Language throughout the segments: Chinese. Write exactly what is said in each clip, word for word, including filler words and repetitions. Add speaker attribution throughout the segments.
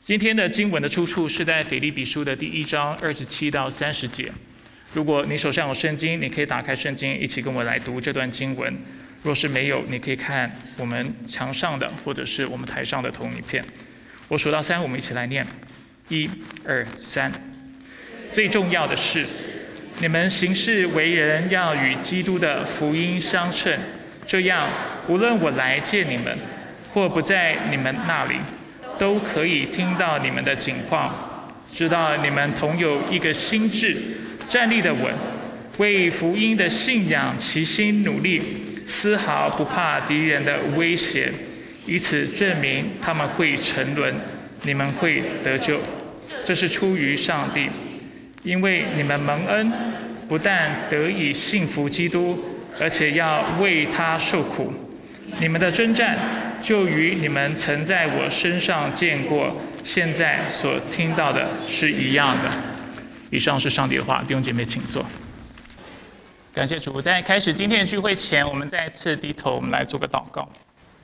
Speaker 1: 今天的经文的出处是在腓立比书的第一章二十七到三十节。如果你手上有圣经，你可以打开圣经，一起跟我来读这段经文。若是没有，你可以看我们墙上的，或者是我们台上的投影片。我数到三，我们一起来念：一、二、三。最重要的是，你们行事为人要与基督的福音相称，这样无论我来见你们，或不在你们那里，都可以听到你们的景况，知道你们同有一个心志，站立得稳，为福音的信仰齐心努力，丝毫不怕敌人的威胁，以此证明他们会沉沦，你们会得救。这是出于上帝，因为你们蒙恩，不但得以信服基督，而且要为他受苦。你们的征战就与你们曾在我身上见过，现在所听到的是一样的。以上是上帝的话，弟兄姐妹请坐。感谢主，在开始今天的聚会前，我们再一次低头，我们来做个祷告。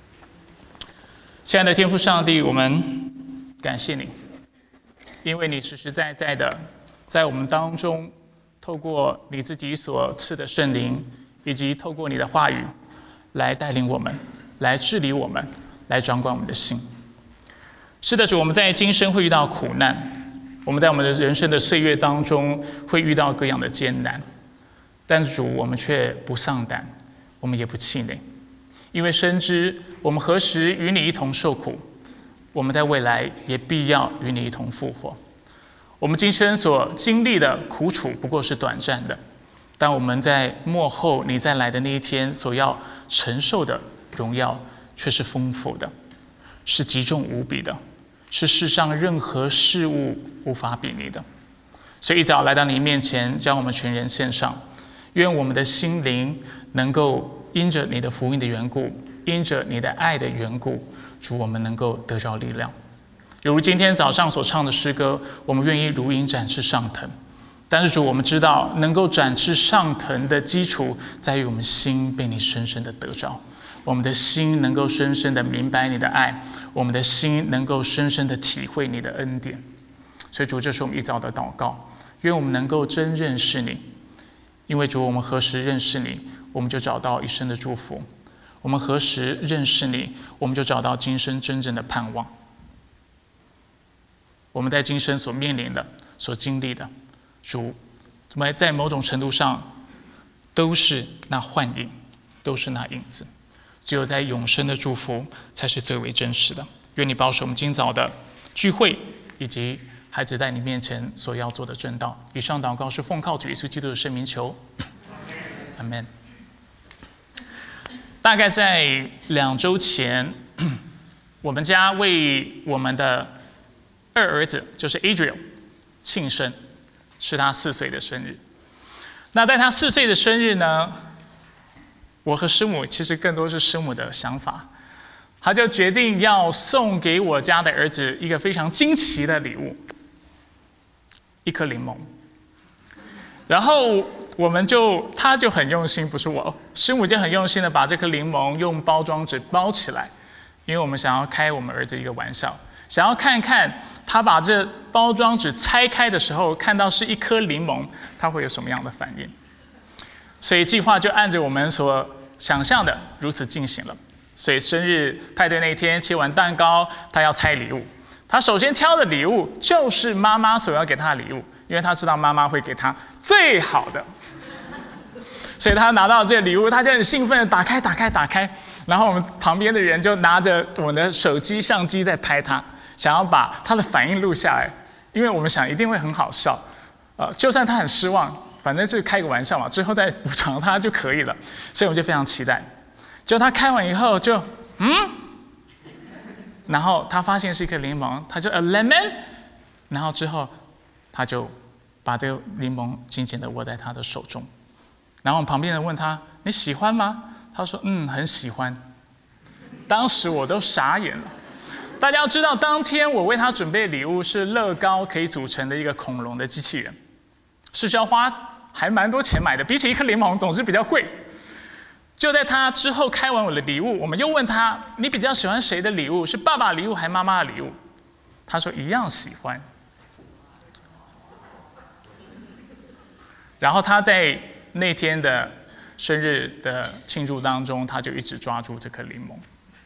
Speaker 1: 亲爱的天父上帝，我们感谢你，因为你实实在在的在我们当中，透过你自己所赐的圣灵，以及透过你的话语来带领我们，来治理我们，来掌管我们的心。是的，主，我们在今生会遇到苦难，我们在我们的人生的岁月当中会遇到各样的艰难，但是主，我们却不丧胆，我们也不气馁，因为深知我们何时与你一同受苦，我们在未来也必要与你一同复活。我们今生所经历的苦楚不过是短暂的，但我们在末后你再来的那一天所要承受的荣耀却是丰富的，是极重无比的，是世上任何事物无法比拟的。所以一早来到你面前，将我们全人献上，愿我们的心灵能够因着你的福音的缘故，因着你的爱的缘故，主，我们能够得着力量。犹如今天早上所唱的诗歌，我们愿意如鹰展翅上腾。但是主，我们知道能够展翅上腾的基础在于我们心被你深深的得着，我们的心能够深深的明白你的爱，我们的心能够深深的体会你的恩典。所以主，这是我们一早的祷告，愿我们能够真认识你，因为主，我们何时认识你，我们就找到一生的祝福；我们何时认识你，我们就找到今生真正的盼望。我们在今生所面临的、所经历的，主，我们在某种程度上都是那幻影，都是那影子。只有在永生的祝福才是最为真实的。愿你保守我们今早的聚会，以及孩子在你面前所要做的正道。以上祷告是奉靠主耶稣基督的圣名求，阿们。大概在两周前，我们家为我们的二儿子，就是 Adriel 庆生，是他四岁的生日。那在他四岁的生日呢，我和师母其实更多是师母的想法，他就决定要送给我家的儿子一个非常惊奇的礼物，一颗柠檬。然后我们就，他就很用心，不是我，师母就很用心的把这颗柠檬用包装纸包起来，因为我们想要开我们儿子一个玩笑，想要看看他把这包装纸拆开的时候，看到是一颗柠檬，他会有什么样的反应。所以计划就按着我们所想象的如此进行了。所以生日派对那天切完蛋糕，他要拆礼物。他首先挑的礼物就是妈妈所要给他的礼物，因为他知道妈妈会给他最好的。所以他拿到这个礼物，他就很兴奋的打开打开打开，然后我们旁边的人就拿着我们的手机相机在拍他，想要把他的反应录下来，因为我们想一定会很好笑，呃，就算他很失望，反正就是开个玩笑嘛，最后再补偿他就可以了。所以我们就非常期待。结果他开完以后就嗯，然后他发现是一颗柠檬，他就 a lemon， 然后之后他就把这个柠檬紧紧的握在他的手中。然后我们旁边人问他：“你喜欢吗？”他说：“嗯，很喜欢。”当时我都傻眼了。大家要知道，当天我为他准备的礼物是乐高可以组成的一个恐龙的机器人，是需要花还蛮多钱买的，比起一颗柠檬，总之比较贵。就在他之后开完我的礼物，我们又问他：“你比较喜欢谁的礼物？是爸爸的礼物还是妈妈的礼物？” 他说一样喜欢。然后他在那天的生日的庆祝当中，他就一直抓住这颗柠檬。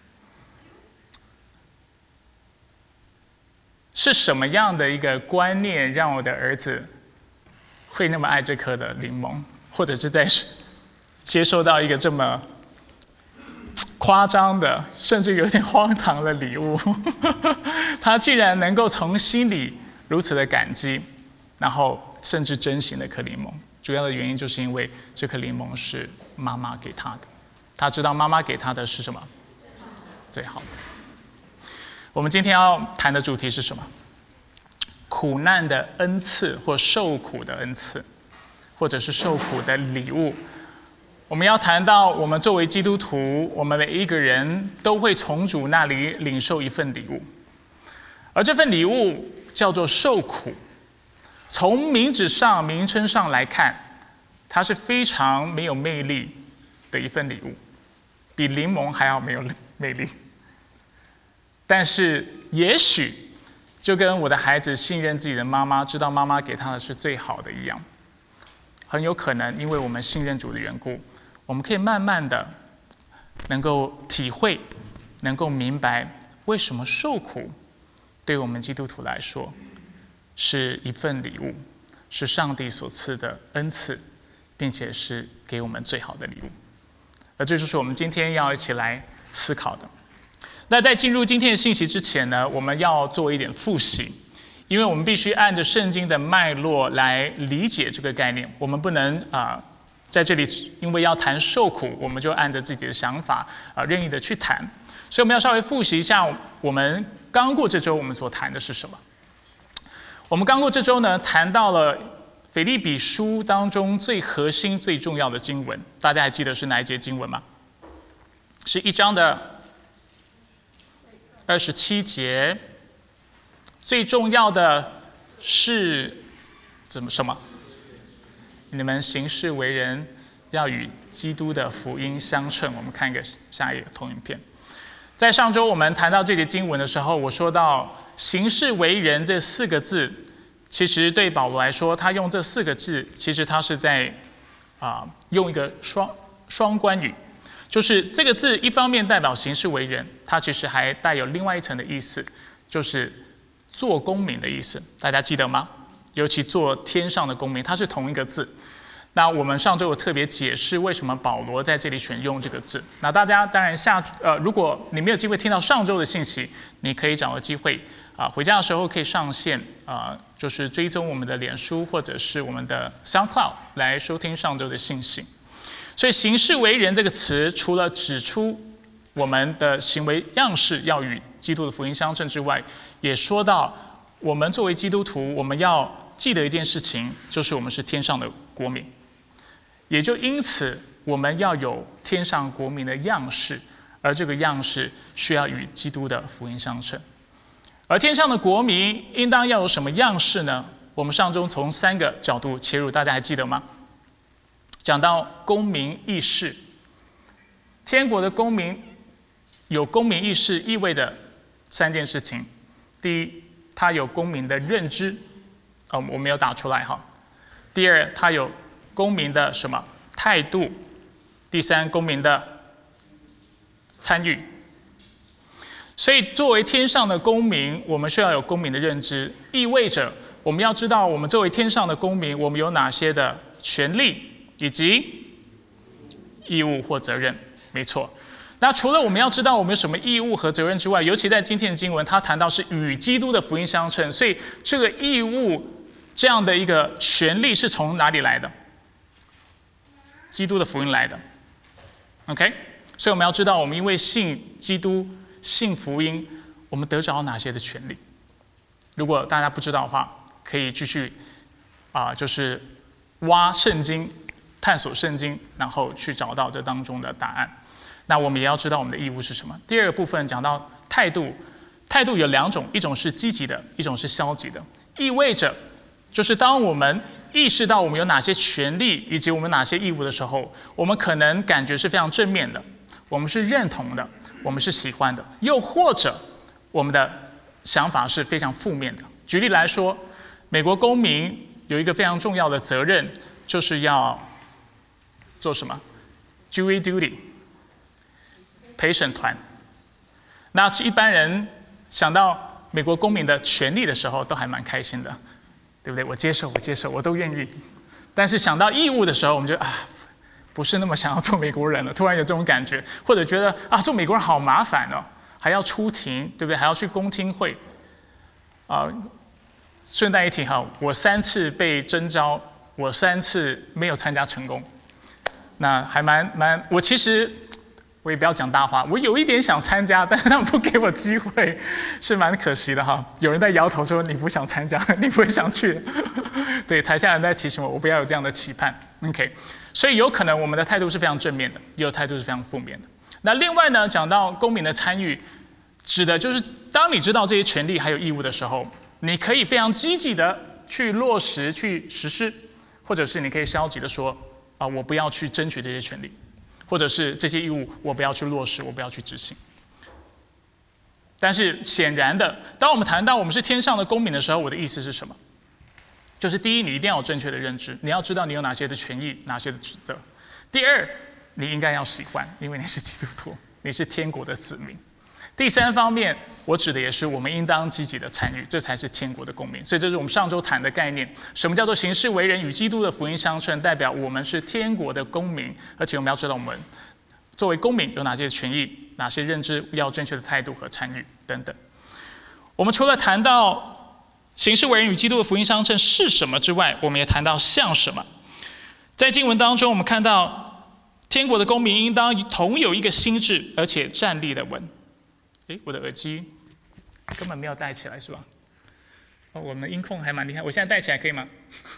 Speaker 1: 是什么样的一个观念让我的儿子会那么爱这颗的柠檬，或者是在接受到一个这么夸张的，甚至有点荒唐的礼物？他竟然能够从心里如此的感激，然后甚至珍惜那颗柠檬。主要的原因就是因为这颗柠檬是妈妈给他的，他知道妈妈给他的是什么？最好的。我们今天要谈的主题是什么？苦难的恩赐，或受苦的恩赐，或者是受苦的礼物。我们要谈到，我们作为基督徒，我们每一个人都会从主那里领受一份礼物，而这份礼物叫做受苦。从名字上、名称上来看，它是非常没有魅力的一份礼物，比柠檬还要没有魅力。但是，也许就跟我的孩子信任自己的妈妈，知道妈妈给他的是最好的一样，很有可能因为我们信任主的缘故，我们可以慢慢的能够体会，能够明白为什么受苦对我们基督徒来说是一份礼物，是上帝所赐的恩赐，并且是给我们最好的礼物。而这就是我们今天要一起来思考的。那在进入今天的信息之前呢，我们要做一点复习，因为我们必须按着圣经的脉络来理解这个概念。我们不能啊、呃、在这里因为要谈受苦，我们就按着自己的想法啊、呃、任意的去谈。所以我们要稍微复习一下，我们刚过这周我们所谈的是什么。我们刚过这周呢，谈到了腓立比书当中最核心、最重要的经文，大家还记得是哪一节经文吗？是一章的二十七节，最重要的是怎么什么？你们行事为人要与基督的福音相称。我们看一个下一个投影片。在上周我们谈到这节经文的时候，我说到行事为人这四个字，其实对保罗来说，他用这四个字，其实他是在啊、呃、用一个双双关语。就是这个字一方面代表行事为人，它其实还带有另外一层的意思，就是做公民的意思。大家记得吗？尤其做天上的公民，它是同一个字。那我们上周有特别解释为什么保罗在这里选用这个字。那大家当然下呃，如果你没有机会听到上周的信息，你可以找个机会啊、呃，回家的时候可以上线啊、呃，就是追踪我们的脸书或者是我们的 SoundCloud 来收听上周的信息。所以行事为人这个词，除了指出我们的行为样式要与基督的福音相称之外，也说到我们作为基督徒，我们要记得一件事情，就是我们是天上的国民，也就因此我们要有天上国民的样式，而这个样式需要与基督的福音相称。而天上的国民应当要有什么样式呢？我们上周从三个角度切入，大家还记得吗？讲到公民意识，天国的公民有公民意识，意味着三件事情：第一，他有公民的认知，哦，我没有打出来哈；第二，他有公民的什么态度；第三，公民的参与。所以，作为天上的公民，我们需要有公民的认知，意味着我们要知道，我们作为天上的公民，我们有哪些的权利以及义务或责任。没错。那除了我们要知道我们有什么义务和责任之外，尤其在今天的经文，它谈到是与基督的福音相称，所以这个义务这样的一个权利是从哪里来的？基督的福音来的。OK， 所以我们要知道，我们因为信基督、信福音，我们得着哪些的权利？如果大家不知道的话，可以继续啊、呃，就是挖圣经、探索圣经，然后去找到这当中的答案。那我们也要知道我们的义务是什么。第二个部分讲到态度，态度有两种，一种是积极的，一种是消极的。意味着，就是当我们意识到我们有哪些权利以及我们哪些义务的时候，我们可能感觉是非常正面的，我们是认同的，我们是喜欢的，又或者我们的想法是非常负面的。举例来说，美国公民有一个非常重要的责任，就是要做什么 ？jury duty， 陪审团。那一般人想到美国公民的权利的时候，都还蛮开心的，对不对？我接受，我接受，我都愿意。但是想到义务的时候，我们就啊，不是那么想要做美国人了。突然有这种感觉，或者觉得啊，做美国人好麻烦哦，还要出庭，对不对？还要去公听会。啊，顺带一提哈，我三次被征召，我三次没有参加成功。那还蛮蛮，我其实我也不要讲大话，我有一点想参加，但是他们不给我机会，是蛮可惜的哈。有人在摇头说你不想参加，你不会想去。对，台下人在提醒我，我不要有这样的期盼。OK， 所以有可能我们的态度是非常正面的，也有态度是非常负面的。那另外呢，讲到公民的参与，指的就是当你知道这些权利还有义务的时候，你可以非常积极的去落实、去实施，或者是你可以消极的说啊，我不要去争取这些权利，或者是这些义务我不要去落实，我不要去执行。但是显然的，当我们谈到我们是天上的公民的时候，我的意思是什么？就是第一，你一定要有正确的认知，你要知道你有哪些的权益，哪些的职责。第二，你应该要喜欢，因为你是基督徒，你是天国的子民。第三方面，我指的也是我们应当积极的参与，这才是天国的公民。所以这是我们上周谈的概念，什么叫做行事为人与基督的福音相称，代表我们是天国的公民，而且我们要知道我们作为公民有哪些权益，哪些认知，要正确的态度和参与等等。我们除了谈到行事为人与基督的福音相称是什么之外，我们也谈到像什么。在经文当中，我们看到天国的公民应当同有一个心志，而且站立的稳。诶，我的耳机根本没有戴起来，是吧？哦，我们音控还蛮厉害，我现在戴起来可以吗？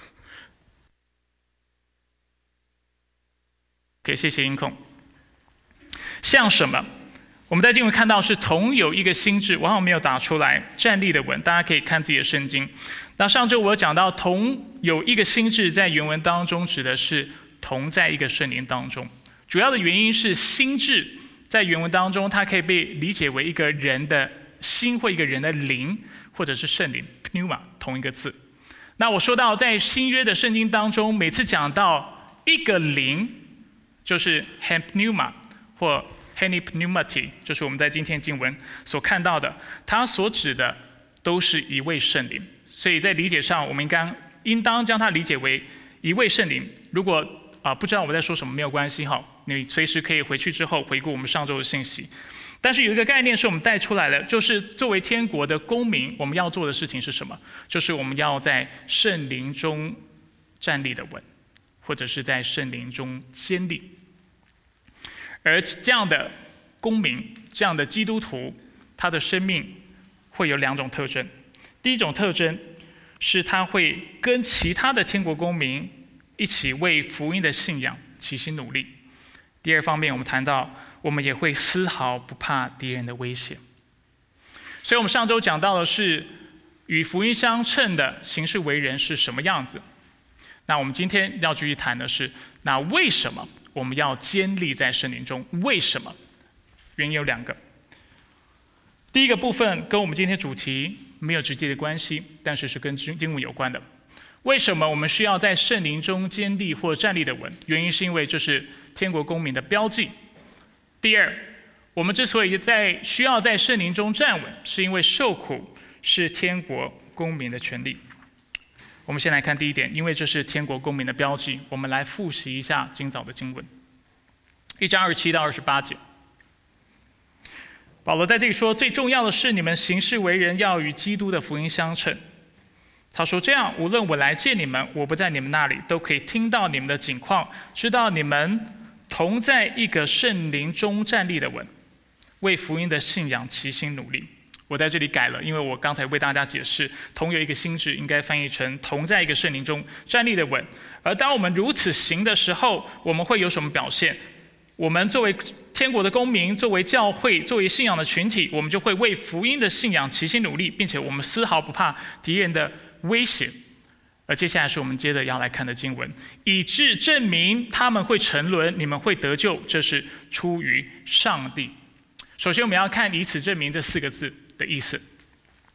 Speaker 1: 可以，谢谢音控。像什么？我们在经文看到是同有一个心志，我好像没有打出来，站立的稳，大家可以看自己的圣经。那上周我有讲到同有一个心志，在原文当中指的是同在一个圣灵当中，主要的原因是心志在原文当中，它可以被理解为一个人的心或一个人的灵，或者是圣灵 pneuma 同一个字。那我说到在新约的圣经当中，每次讲到一个灵，就是 hepneuma 或 henipneumati， 就是我们在今天经文所看到的，它所指的都是一位圣灵。所以在理解上，我们应该应当将它理解为一位圣灵。如果啊、呃、不知道我在说什么，没有关系哈，你随时可以回去之后回顾我们上周的信息。但是有一个概念是我们带出来的，就是作为天国的公民，我们要做的事情是什么？就是我们要在圣灵中站立的稳，或者是在圣灵中坚立。而这样的公民，这样的基督徒，他的生命会有两种特征。第一种特征是他会跟其他的天国公民一起为福音的信仰齐心努力。第二方面，我们谈到我们也会丝毫不怕敌人的威胁。所以我们上周讲到的是与福音相称的行事为人是什么样子。那我们今天要继续谈的是，那为什么我们要坚立在圣灵中？为什么？原因有两个。第一个部分跟我们今天主题没有直接的关系，但是是跟经文有关的。为什么我们需要在圣灵中坚立或站立的稳？原因是因为这是天国公民的标记。第二，我们之所以在需要在圣灵中站稳，是因为受苦是天国公民的权利。我们先来看第一点，因为这是天国公民的标记，我们来复习一下今早的经文，一章二十七到二十八节。保罗在这里说，最重要的是你们行事为人要与基督的福音相称。他说，这样无论我来见你们，我不在你们那里，都可以听到你们的景况，知道你们同在一个圣灵中站立的稳，为福音的信仰齐心努力。我在这里改了，因为我刚才为大家解释，同有一个心志应该翻译成同在一个圣灵中站立的稳。而当我们如此行的时候，我们会有什么表现？我们作为天国的公民，作为教会，作为信仰的群体，我们就会为福音的信仰齐心努力，并且我们丝毫不怕敌人的威胁。而接下来是我们接着要来看的经文，以致证明他们会沉沦，你们会得救，这是出于上帝。首先我们要看以此证明这四个字的意思。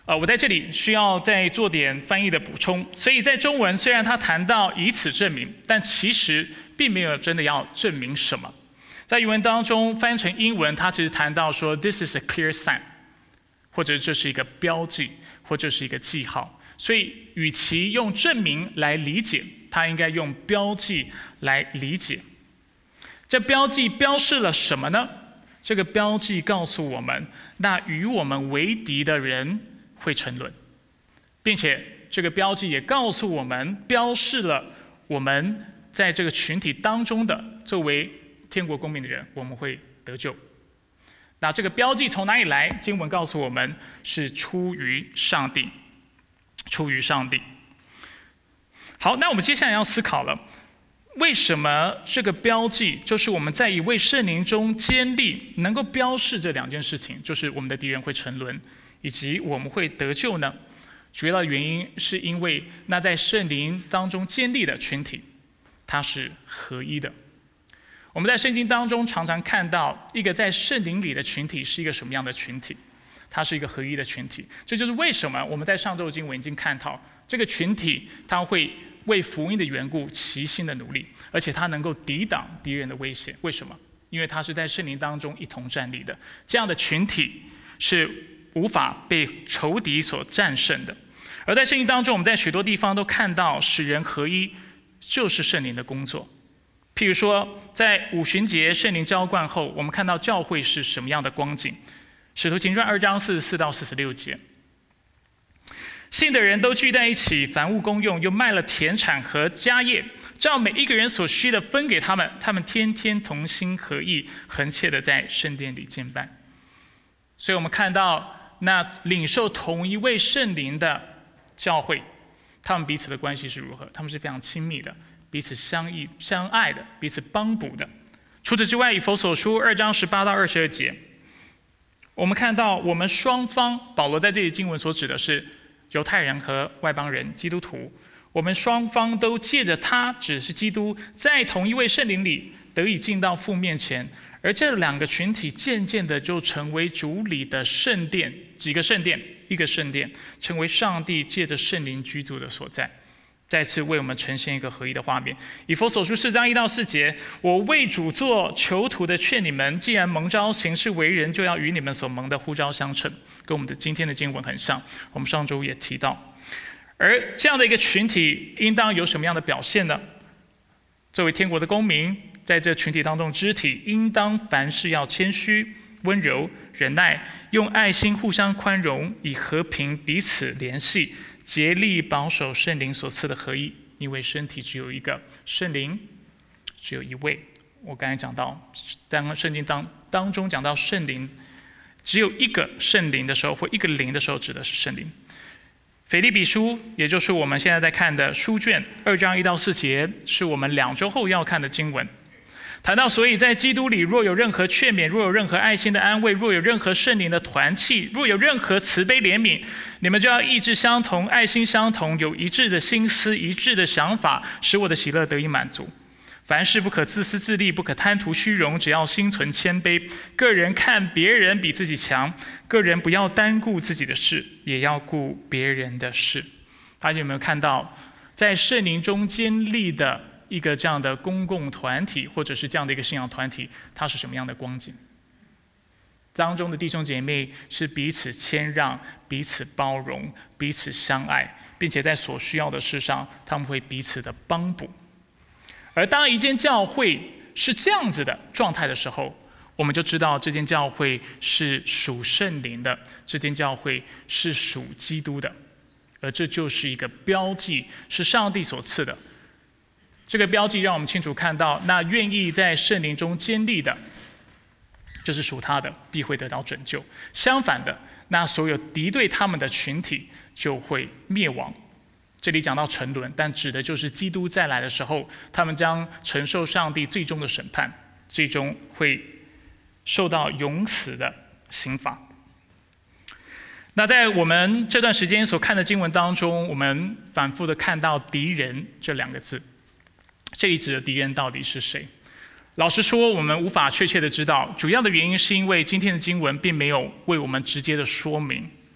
Speaker 1: 呃，我在这里需要再做点翻译的补充。所以在中文，虽然他谈到以此证明，但其实并没有真的要证明什么。在原文当中翻成英文，他其实谈到说 ，this is a clear sign， 或者这是一个标记，或者是一个记号。所以，与其用证明来理解，他应该用标记来理解。这标记标示了什么呢？这个标记告诉我们，那与我们为敌的人会沉沦，并且这个标记也告诉我们，标示了我们在这个群体当中的作为天国公民的人，我们会得救。那这个标记从哪里来？经文告诉我们，是出于上帝，出于上帝。好，那我们接下来要思考了，为什么这个标记，就是我们在一位圣灵中坚立，能够标示这两件事情，就是我们的敌人会沉沦，以及我们会得救呢？主要的原因是因为那在圣灵当中坚立的群体，它是合一的。我们在圣经当中常常看到一个在圣灵里的群体是一个什么样的群体，它是一个合一的群体。这就是为什么我们在上周经文已经看到，这个群体它会为福音的缘故齐心的努力，而且它能够抵挡敌人的威胁。为什么？因为它是在圣灵当中一同站立的。这样的群体是无法被仇敌所战胜的。而在圣经当中，我们在许多地方都看到使人合一就是圣灵的工作。譬如说，在五旬节圣灵浇灌后，我们看到教会是什么样的光景。使徒行传二章四十四到四十六节，信的人都聚在一起，凡物公用，又卖了田产和家业，照每一个人所需的分给他们。他们天天同心合意，恒切的在圣殿里敬拜。所以我们看到那领受同一位圣灵的教会，他们彼此的关系是如何？他们是非常亲密的，彼此相依相爱的，彼此帮补的。除此之外，以弗所书二章十八到二十二节，我们看到我们双方，保罗在这里经文所指的是犹太人和外邦人，基督徒，我们双方都借着他，只是基督，在同一位圣灵里得以进到父面前，而这两个群体渐渐的就成为主里的圣殿。几个圣殿？一个圣殿，成为上帝借着圣灵居住的所在。再次为我们呈现一个合一的画面。以弗所书四章一到四节，我为主做囚徒的劝你们，既然蒙召行事为人，就要与你们所蒙的呼召相称。跟我们的今天的经文很像，我们上周也提到。而这样的一个群体应当有什么样的表现呢？作为天国的公民，在这群体当中，肢体应当凡事要谦虚、温柔、忍耐，用爱心互相宽容，以和平彼此联系，竭力保守圣灵所赐的合一。因为身体只有一个，圣灵只有一位。我刚才讲到，当圣经 当, 当中讲到圣灵只有一个圣灵的时候，或一个灵的时候，指的是圣灵。腓立比书，也就是我们现在在看的书卷二章一到四节，是我们两周后要看的经文。谈到，所以在基督里，若有任何劝勉，若有任何爱心的安慰，若有任何圣灵的团契，若有任何慈悲怜悯，你们就要意志相同，爱心相同，有一致的心思，一致的想法，使我的喜乐得以满足。凡事不可自私自利，不可贪图虚荣，只要心存谦卑。个人看别人比自己强，个人不要单顾自己的事，也要顾别人的事。大家有没有看到，在圣灵中坚立的一个这样的公共团体，或者是这样的一个信仰团体，它是什么样的光景？当中的弟兄姐妹是彼此谦让、彼此包容、彼此相爱，并且在所需要的事上，他们会彼此的帮补。而当一间教会是这样子的状态的时候，我们就知道这间教会是属圣灵的，这间教会是属基督的，而这就是一个标记，是上帝所赐的。这个标记让我们清楚看到，那愿意在圣灵中坚立的，就是属他的，必会得到拯救。相反的，那所有敌对他们的群体就会灭亡。这里讲到沉沦，但指的就是基督再来的时候，他们将承受上帝最终的审判，最终会受到永死的刑罚。那在我们这段时间所看的经文当中，我们反复的看到敌人这两个字，这里指的敌人到底是谁？老实说，我们无法确切的知道，主要的原因是因为今天的经文并没有为我们直接的说明。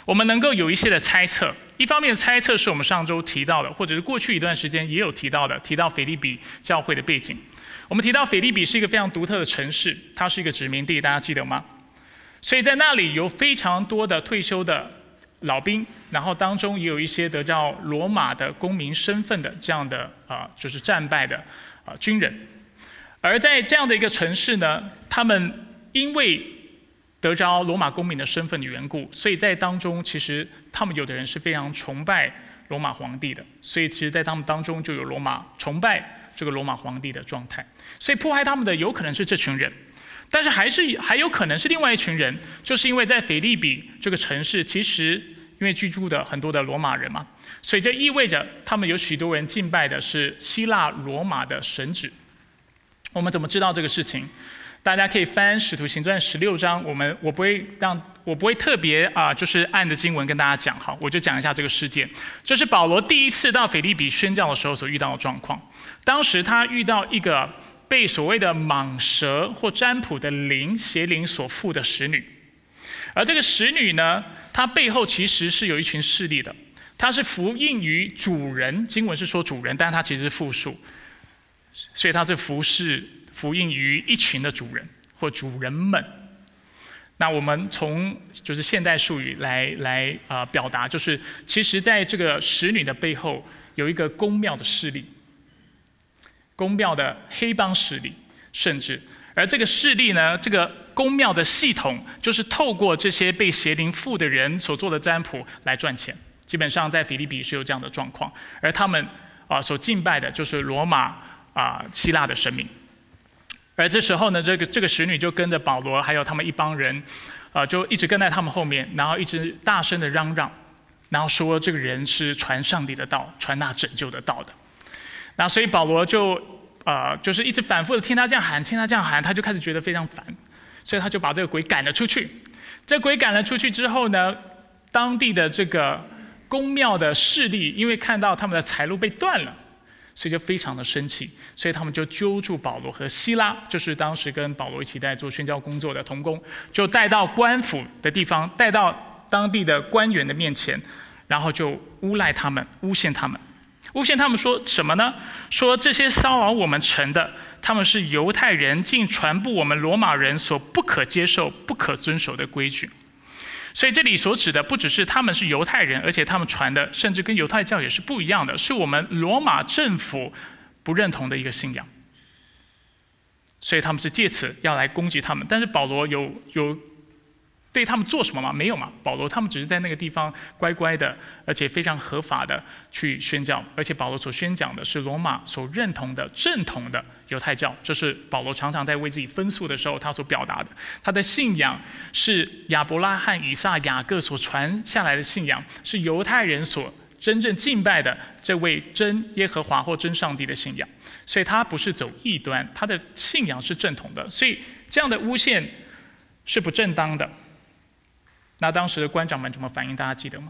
Speaker 1: 我们能够有一些的猜测。一方面的猜测是我们上周提到的，或者是过去一段时间也有提到的，提到腓立比教会的背景。我们提到腓立比是一个非常独特的城市，它是一个殖民地，大家记得吗？所以在那里有非常多的退休的老兵，然后当中也有一些得到罗马的公民身份的这样的啊、呃，就是战败的啊、呃、军人。而在这样的一个城市呢，他们因为得着罗马公民的身份的缘故，所以在当中其实他们有的人是非常崇拜罗马皇帝的，所以其实在他们当中就有罗马崇拜这个罗马皇帝的状态。所以迫害他们的有可能是这群人，但是还是还有可能是另外一群人，就是因为在腓立比这个城市，其实因为居住的很多的罗马人嘛，所以这意味着他们有许多人敬拜的是希腊罗马的神祇。我们怎么知道这个事情？大家可以翻《使徒行传》十六章，我们我不会让我不会特别啊、呃，就是按着经文跟大家讲，好，我就讲一下这个事件。这是保罗第一次到腓立比宣教的时候所遇到的状况。当时他遇到一个被所谓的蟒蛇或占卜的灵邪灵所附的使女，而这个使女呢，她背后其实是有一群势力的，她是服膺于主人，经文是说主人，但是她其实是复数，所以她是服侍。服膺于一群的主人或主人们。那我们从就是现代术语来来啊、呃、表达，就是其实在这个使女的背后有一个宫庙的势力，宫庙的黑帮势力，甚至而这个势力呢，这个宫庙的系统就是透过这些被邪灵附的人所做的占卜来赚钱。基本上在腓立比是有这样的状况，而他们啊、呃、所敬拜的就是罗马啊、呃、希腊的神明。而这时候呢，这个这个使女就跟着保罗还有他们一帮人，呃，就一直跟在他们后面，然后一直大声的嚷嚷，然后说这个人是传上帝的道、传那拯救的道的。那所以保罗就呃，就是一直反复的听他这样喊，听他这样喊，他就开始觉得非常烦，所以他就把这个鬼赶了出去。这鬼赶了出去之后呢，当地的这个宫庙的势力，因为看到他们的财路被断了，所以就非常的生气，所以他们就揪住保罗和希拉，就是当时跟保罗一起在做宣教工作的同工，就带到官府的地方，带到当地的官员的面前，然后就诬赖他们，诬陷他们，诬陷他们说什么呢？说这些骚扰我们城的，他们是犹太人，竟传布我们罗马人所不可接受、不可遵守的规矩。所以这里所指的不只是他们是犹太人，而且他们传的甚至跟犹太教也是不一样的，是我们罗马政府不认同的一个信仰。所以他们是借此要来攻击他们。但是保罗有有对他们做什么吗？没有嘛。保罗他们只是在那个地方乖乖的，而且非常合法的去宣教，而且保罗所宣讲的是罗马所认同的正统的犹太教，这是保罗常常在为自己分诉的时候他所表达的。他的信仰是亚伯拉罕、以撒、雅各所传下来的信仰，是犹太人所真正敬拜的这位真耶和华或真上帝的信仰，所以他不是走异端，他的信仰是正统的，所以这样的诬陷是不正当的。那当时的官长们怎么反应？大家记得吗？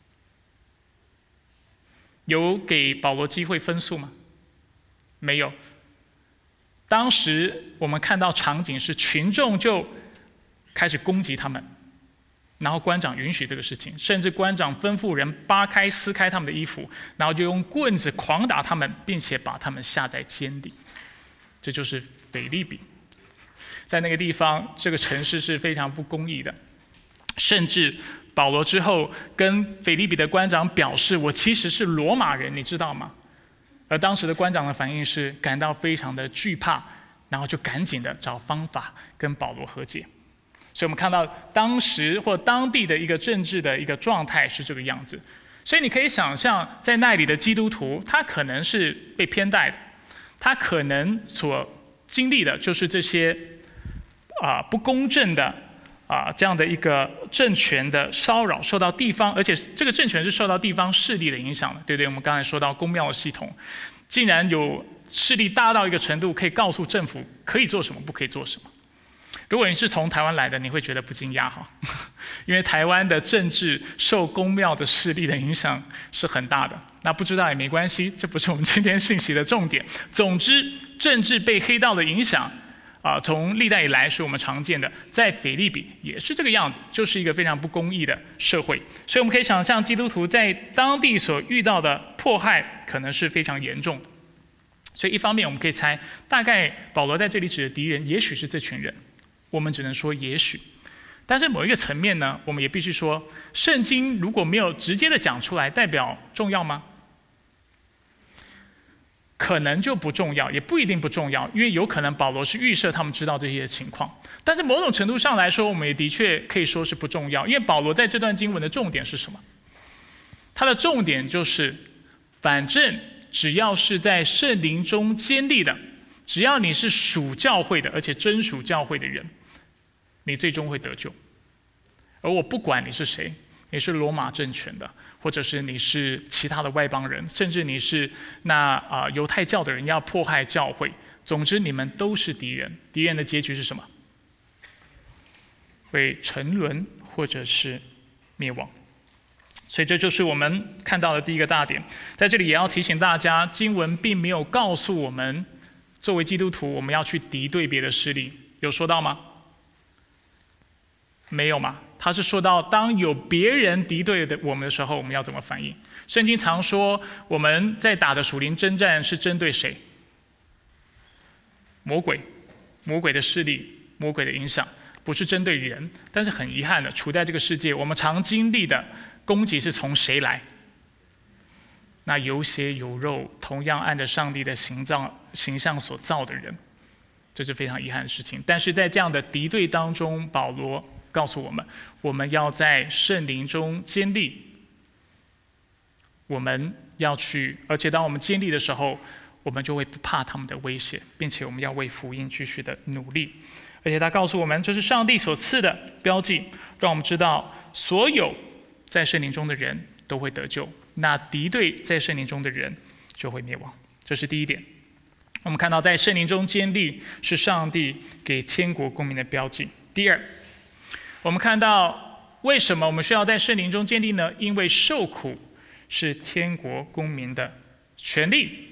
Speaker 1: 有给保罗机会分诉吗？没有。当时我们看到场景是群众就开始攻击他们，然后官长允许这个事情，甚至官长吩咐人扒开撕开他们的衣服，然后就用棍子狂打他们，并且把他们下在监里。这就是腓立比。在那个地方，这个城市是非常不公义的。甚至保罗之后跟腓立比的官长表示，我其实是罗马人，你知道吗？而当时的官长的反应是感到非常的惧怕，然后就赶紧的找方法跟保罗和解。所以我们看到当时或当地的一个政治的一个状态是这个样子。所以你可以想象，在那里的基督徒，他可能是被偏待的，他可能所经历的就是这些啊、呃、不公正的啊，这样的一个政权的骚扰，受到地方，而且这个政权是受到地方势力的影响的，对不对？我们刚才说到公庙的系统，竟然有势力大到一个程度，可以告诉政府可以做什么，不可以做什么。如果你是从台湾来的，你会觉得不惊讶哈，因为台湾的政治受公庙的势力的影响是很大的。那不知道也没关系，这不是我们今天信息的重点。总之，政治被黑道的影响啊，从历代以来是我们常见的，在腓立比也是这个样子，就是一个非常不公义的社会。所以我们可以想象，基督徒在当地所遇到的迫害可能是非常严重的。所以一方面我们可以猜，大概保罗在这里指的敌人，也许是这群人，我们只能说也许。但是某一个层面呢，我们也必须说，圣经如果没有直接的讲出来，代表重要吗？可能就不重要，也不一定不重要，因为有可能保罗是预设他们知道这些情况。但是某种程度上来说，我们也的确可以说是不重要，因为保罗在这段经文的重点是什么？他的重点就是，反正只要是在圣灵中坚立的，只要你是属教会的，而且真属教会的人，你最终会得救。而我不管你是谁，你是罗马政权的，或者是你是其他的外邦人，甚至你是那啊、呃、犹太教的人要迫害教会，总之你们都是敌人。敌人的结局是什么？会沉沦或者是灭亡。所以这就是我们看到的第一个大点。在这里也要提醒大家，经文并没有告诉我们，作为基督徒我们要去敌对别的势力，有说到吗？没有嘛？他是说到，当有别人敌对的我们的时候，我们要怎么反应？圣经常说，我们在打的属灵征战是针对谁？魔鬼，魔鬼的势力，魔鬼的影响，不是针对人。但是很遗憾的，处在这个世界，我们常经历的攻击是从谁来？那有血有肉，同样按着上帝的形状形象所造的人，这是非常遗憾的事情。但是在这样的敌对当中，保罗告诉我们，我们要在圣灵中坚立，我们要去，而且当我们坚立的时候，我们就会不怕他们的威胁，并且我们要为福音继续的努力。而且他告诉我们，这是上帝所赐的标记，让我们知道所有在圣灵中的人都会得救，那敌对在圣灵中的人就会灭亡。这是第一点。我们看到在圣灵中坚立是上帝给天国公民的标记。第二，我们看到为什么我们需要在圣灵中坚立呢？因为受苦是天国公民的权利，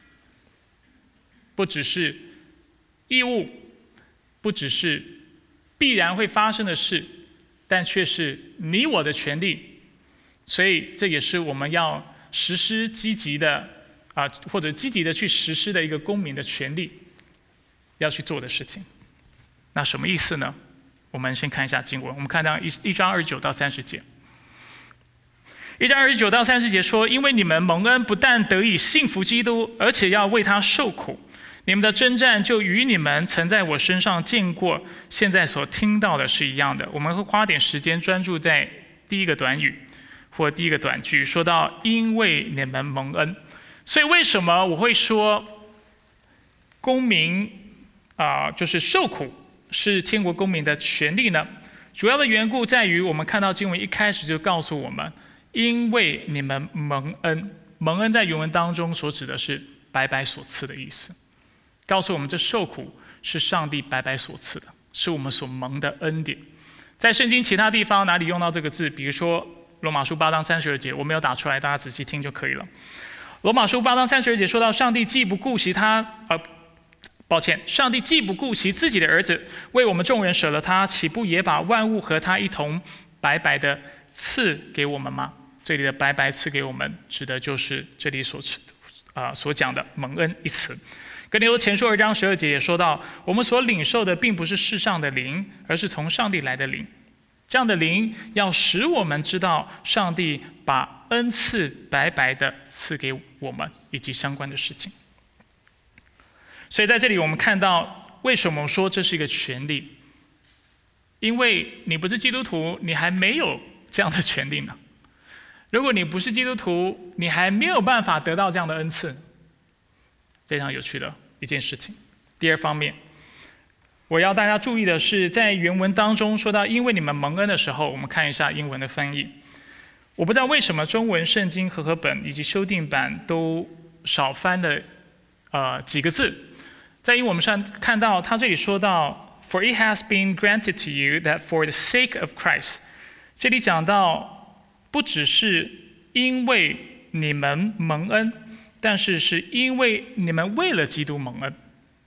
Speaker 1: 不只是义务，不只是必然会发生的事，但却是你我的权利。所以这也是我们要实施积极的啊，或者积极的去实施的一个公民的权利要去做的事情。那什么意思呢？我们先看一下经文，我们看到一章二十九到三十节。一章二十九到三十节说：“因为你们蒙恩，不但得以信服基督，而且要为他受苦。你们的征战就与你们曾在我身上见过、现在所听到的是一样的。”我们会花点时间专注在第一个短语或第一个短句，说到“因为你们蒙恩”。所以为什么我会说公民啊、呃，就是受苦是天国公民的权利呢？主要的缘故在于，我们看到经文一开始就告诉我们，因为你们蒙恩。蒙恩在原文当中所指的是白白所赐的意思，告诉我们这受苦是上帝白白所赐的，是我们所蒙的恩典。在圣经其他地方哪里用到这个字？比如说罗马书八章三十二节，我没有打出来，大家仔细听就可以了。罗马书八章三十二节说到，上帝既不顾惜他，呃，抱歉，上帝既不顾惜自己的儿子，为我们众人舍了他，岂不也把万物和他一同白白的赐给我们吗？这里的白白赐给我们，指的就是这里所啊、呃、所讲的蒙恩一词。哥林多前书二章十二节也说到，我们所领受的并不是世上的灵，而是从上帝来的灵。这样的灵要使我们知道上帝把恩赐白白的赐给我们，以及相关的事情。所以在这里我们看到，为什么说这是一个权利？因为你不是基督徒，你还没有这样的权利呢。如果你不是基督徒，你还没有办法得到这样的恩赐，非常有趣的一件事情。第二方面，我要大家注意的是，在原文当中说到因为你们蒙恩的时候，我们看一下英文的翻译。我不知道为什么中文圣经和合本以及修订版都少翻了呃几个字。在英文我们上看到他这里说到 For it has been granted to you that for the sake of Christ， 这里讲到不只是因为你们蒙恩，但是是因为你们为了基督蒙恩。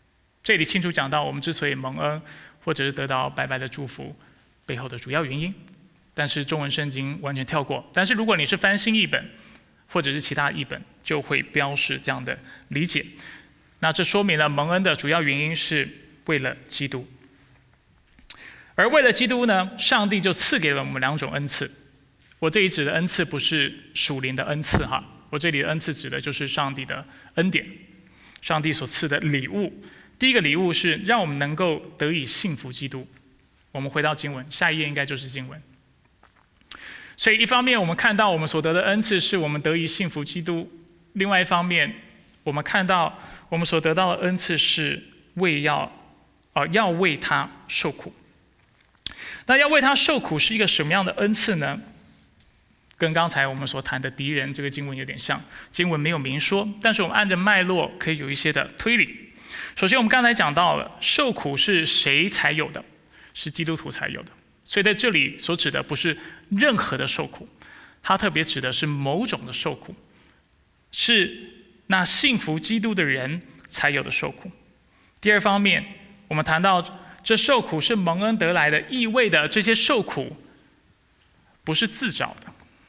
Speaker 1: 这里清楚讲到我们之所以蒙恩，或者是得到白白的祝福背后的主要原因。但是中文圣经完全跳过。但是如果你是翻新译本，或者是其他译本，就会标示这样的理解。那这说明了蒙恩的主要原因是为了基督。而为了基督呢，上帝就赐给了我们两种恩赐。我这里指的恩赐不是属灵的恩赐哈，我这里的恩赐指的就是上帝的恩典，上帝所赐的礼物。第一个礼物是让我们能够得以信服基督。我们回到经文，下一页应该就是经文。所以一方面我们看到我们所得的恩赐是我们得以信服基督，另外一方面我们看到我们所得到的恩赐是为要呃要为他受苦。那要为他受苦是一个什么样的恩赐呢？跟刚才我们所谈的敌人这个经文有点像，经文没有明说，但是我们按着脉络可以有一些的推理。首先我们刚才讲到了受苦是谁才有的，是基督徒才有的，所以在这里所指的不是任何的受苦，它特别指的是某种的受苦，是那信服基督的人才有的受苦。第二方面，我们谈到这受苦是蒙恩得来的，意味的这些受苦不是自找的，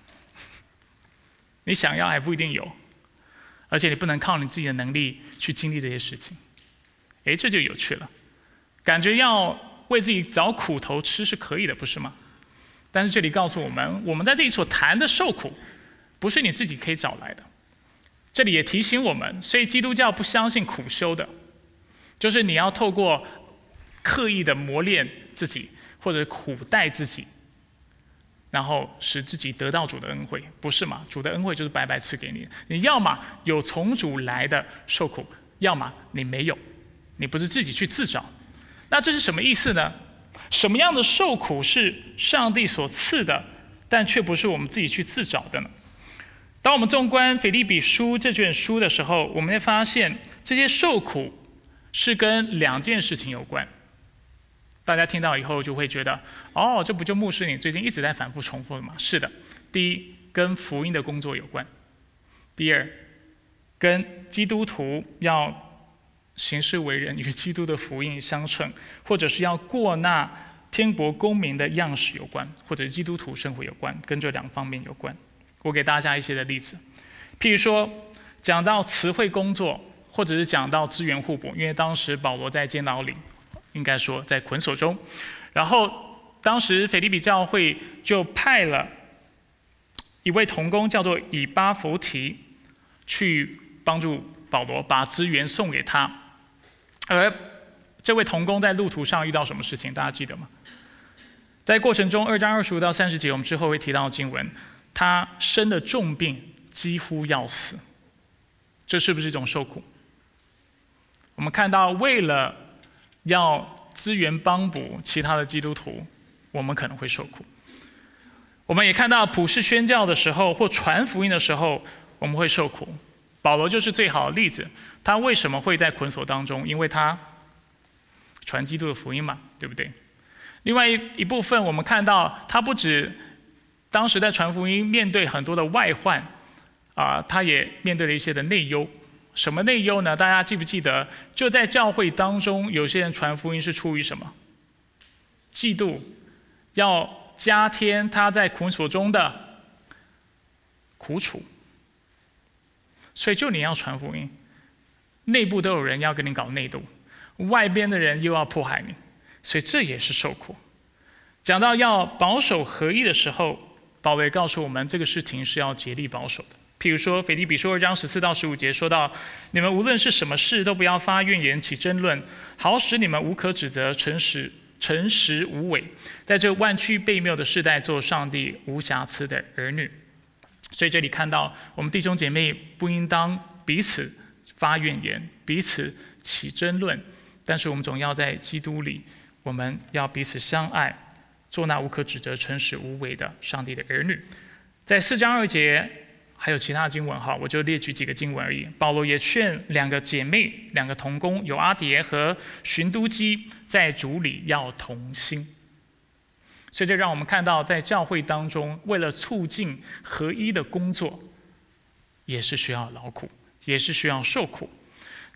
Speaker 1: 你想要还不一定有，而且你不能靠你自己的能力去经历这些事情。诶，这就有趣了，感觉要为自己找苦头吃是可以的，不是吗？但是这里告诉我们，我们在这里所谈的受苦不是你自己可以找来的。这里也提醒我们，所以基督教不相信苦修的，就是你要透过刻意的磨练自己，或者苦待自己，然后使自己得到主的恩惠，不是嘛？主的恩惠就是白白赐给你，你要么有从主来的受苦，要么你没有，你不是自己去自找。那这是什么意思呢？什么样的受苦是上帝所赐的，但却不是我们自己去自找的呢？当我们纵观腓立比书这卷书的时候，我们会发现这些受苦是跟两件事情有关。大家听到以后就会觉得，哦，这不就牧师你最近一直在反复重复的吗？是的，第一，跟福音的工作有关；第二，跟基督徒要行事为人与基督的福音相称，或者是要过那天国公民的样式有关，或者基督徒生活有关，跟这两方面有关。我给大家一些的例子，譬如说讲到词汇工作，或者是讲到资源互补，因为当时保罗在监牢里，应该说在捆锁中，然后当时腓立比教会就派了一位同工叫做以巴弗提去帮助保罗把资源送给他。而这位同工在路途上遇到什么事情，大家记得吗？在过程中二章二十五到三十节，我们之后会提到经文，他生了重病，几乎要死。这是不是一种受苦？我们看到为了要资源帮补其他的基督徒，我们可能会受苦。我们也看到普世宣教的时候或传福音的时候，我们会受苦。保罗就是最好的例子，他为什么会在捆锁当中？因为他传基督的福音嘛，对不对？另外一部分我们看到他不止当时在传福音面对很多的外患啊、呃，他也面对了一些的内忧。什么内忧呢？大家记不记得？就在教会当中，有些人传福音是出于什么？嫉妒，要加添他在捆锁中的苦楚。所以就你要传福音，内部都有人要跟你搞内斗，外边的人又要迫害你，所以这也是受苦。讲到要保守合一的时候，保罗也告诉我们，这个事情是要竭力保守的。譬如说，腓立比书二章十四到十五节说到：你们无论是什么事，都不要发怨言、起争论，好使你们无可指责，诚实诚实无伪，在这弯曲悖谬的世代，做上帝无瑕疵的儿女。所以这里看到，我们弟兄姐妹不应当彼此发怨言，彼此起争论，但是我们总要在基督里，我们要彼此相爱，做那无可指责、诚实无伪的上帝的儿女。在四章二节。还有其他的经文哈，我就列举几个经文而已。保罗也劝两个姐妹、两个同工，有阿蝶和寻都基，在主里要同心。所以这让我们看到，在教会当中，为了促进合一的工作，也是需要劳苦，也是需要受苦。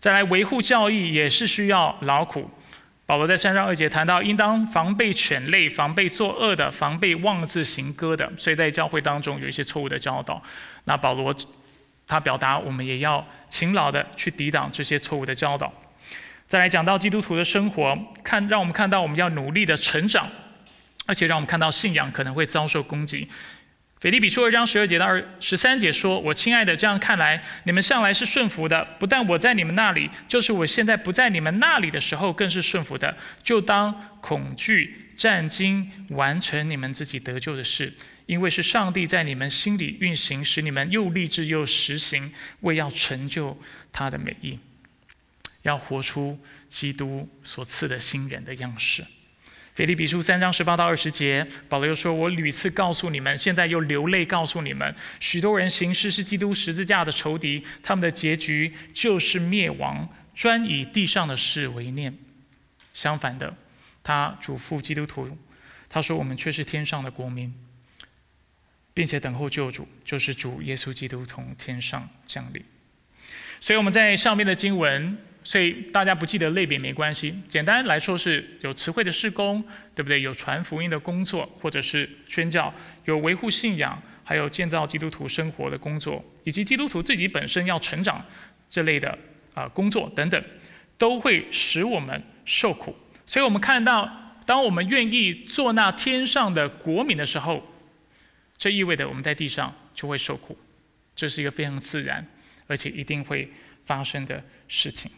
Speaker 1: 再来维护教义也是需要劳苦。保罗在三章二节谈到，应当防备犬类，防备作恶的，防备妄自行歌的。所以在教会当中有一些错误的教导，那保罗他表达，我们也要勤劳的去抵挡这些错误的教导。再来讲到基督徒的生活，看让我们看到我们要努力的成长，而且让我们看到信仰可能会遭受攻击。腓立比书二章十二节到十三节说：“我亲爱的，这样看来，你们向来是顺服的，不但我在你们那里，就是我现在不在你们那里的时候，更是顺服的。就当恐惧、战惊，完成你们自己得救的事，因为是上帝在你们心里运行，使你们又立志又实行，为要成就他的美意，要活出基督所赐的新人的样式。”腓立比书三章十八到二十节，保罗又说：“我屡次告诉你们，现在又流泪告诉你们，许多人行事是基督十字架的仇敌，他们的结局就是灭亡，专以地上的事为念。相反的，他嘱咐基督徒，他说我们却是天上的国民，并且等候救主，就是主耶稣基督从天上降临。”所以我们在上面的经文，所以大家不记得类别没关系，简单来说是有词汇的事工，对不对？有传福音的工作，或者是宣教，有维护信仰，还有建造基督徒生活的工作，以及基督徒自己本身要成长这类的啊、呃、工作等等，都会使我们受苦。所以我们看到，当我们愿意做那天上的国民的时候，这意味着我们在地上就会受苦，这是一个非常自然而且一定会发生的事情。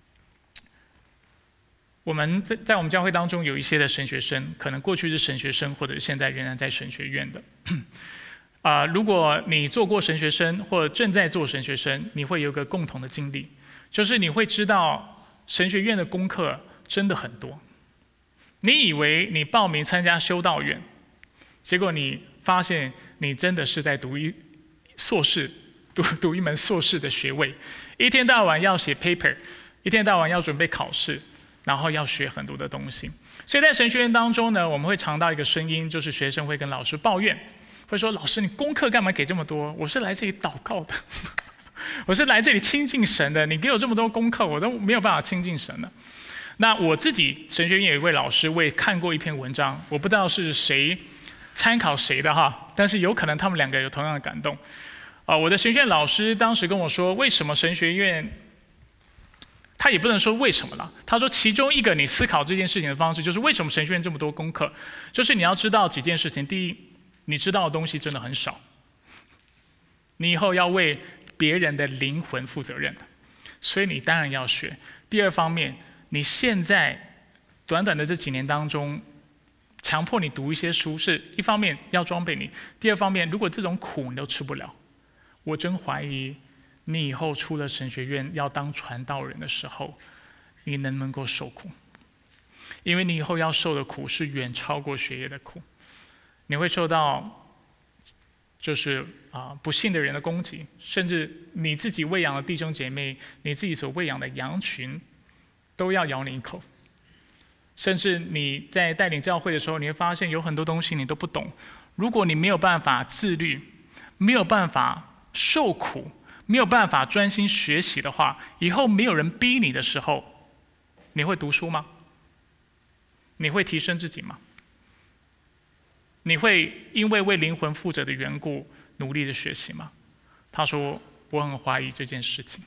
Speaker 1: 我们在在我们教会当中有一些的神学生，可能过去是神学生，或者现在仍然在神学院的。啊、呃，如果你做过神学生，或者正在做神学生，你会有一个共同的经历，就是你会知道神学院的功课真的很多。你以为你报名参加修道院，结果你发现你真的是在读一硕士，读读一门硕士的学位，一天到晚要写 paper， 一天到晚要准备考试。然后要学很多的东西，所以在神学院当中呢，我们会尝到一个声音，就是学生会跟老师抱怨，会说：“老师，你功课干嘛给这么多？我是来这里祷告的，我是来这里亲近神的，你给我这么多功课，我都没有办法亲近神了。”那我自己神学院有一位老师，我也看过一篇文章，我不知道是谁参考谁的哈，但是有可能他们两个有同样的感动。啊、呃，我的神学院老师当时跟我说，为什么神学院？他也不能说为什么了，他说其中一个你思考这件事情的方式，就是为什么神学院这么多功课，就是你要知道几件事情。第一，你知道的东西真的很少，你以后要为别人的灵魂负责任的，所以你当然要学。第二方面，你现在短短的这几年当中，强迫你读一些书，是一方面要装备你，第二方面，如果这种苦你都吃不了，我真怀疑你以后出了神学院要当传道人的时候，你能不能够受苦？因为你以后要受的苦是远超过学业的苦，你会受到就是啊、呃、不信的人的攻击，甚至你自己喂养的弟兄姐妹，你自己所喂养的羊群，都要咬你一口。甚至你在带领教会的时候，你会发现有很多东西你都不懂。如果你没有办法自律，没有办法受苦，没有办法专心学习的话，以后没有人逼你的时候，你会读书吗？你会提升自己吗？你会因为为灵魂负责的缘故努力的学习吗？他说，我很怀疑这件事情。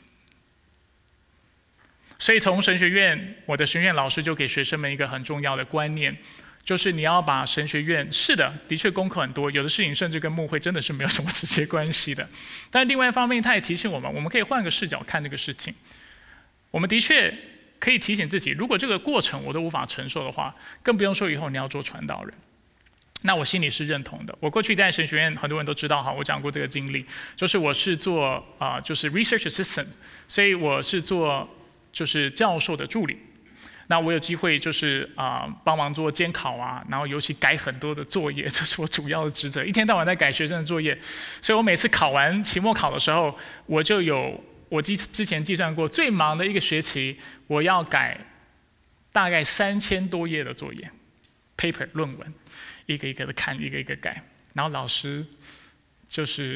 Speaker 1: 所以从神学院，我的神学院老师就给学生们一个很重要的观念，就是你要把神学院，是的，的确功课很多，有的事情甚至跟牧会真的是没有什么直接关系的。但另外一方面，他也提醒我们，我们可以换个视角看这个事情。我们的确可以提醒自己，如果这个过程我都无法承受的话，更不用说以后你要做传道人。那我心里是认同的。我过去在神学院，很多人都知道哈，我讲过这个经历，就是我是做啊、呃，就是 research assistant， 所以我是做就是教授的助理。那我有机会就是啊、呃、帮忙做监考啊，然后尤其改很多的作业，这是我主要的职责，一天到晚在改学生的作业。所以我每次考完期末考的时候，我就有我之之前计算过，最忙的一个学期，我要改大概三千多页的作业 paper 论文，一个一个的看，一个一个改。然后老师就是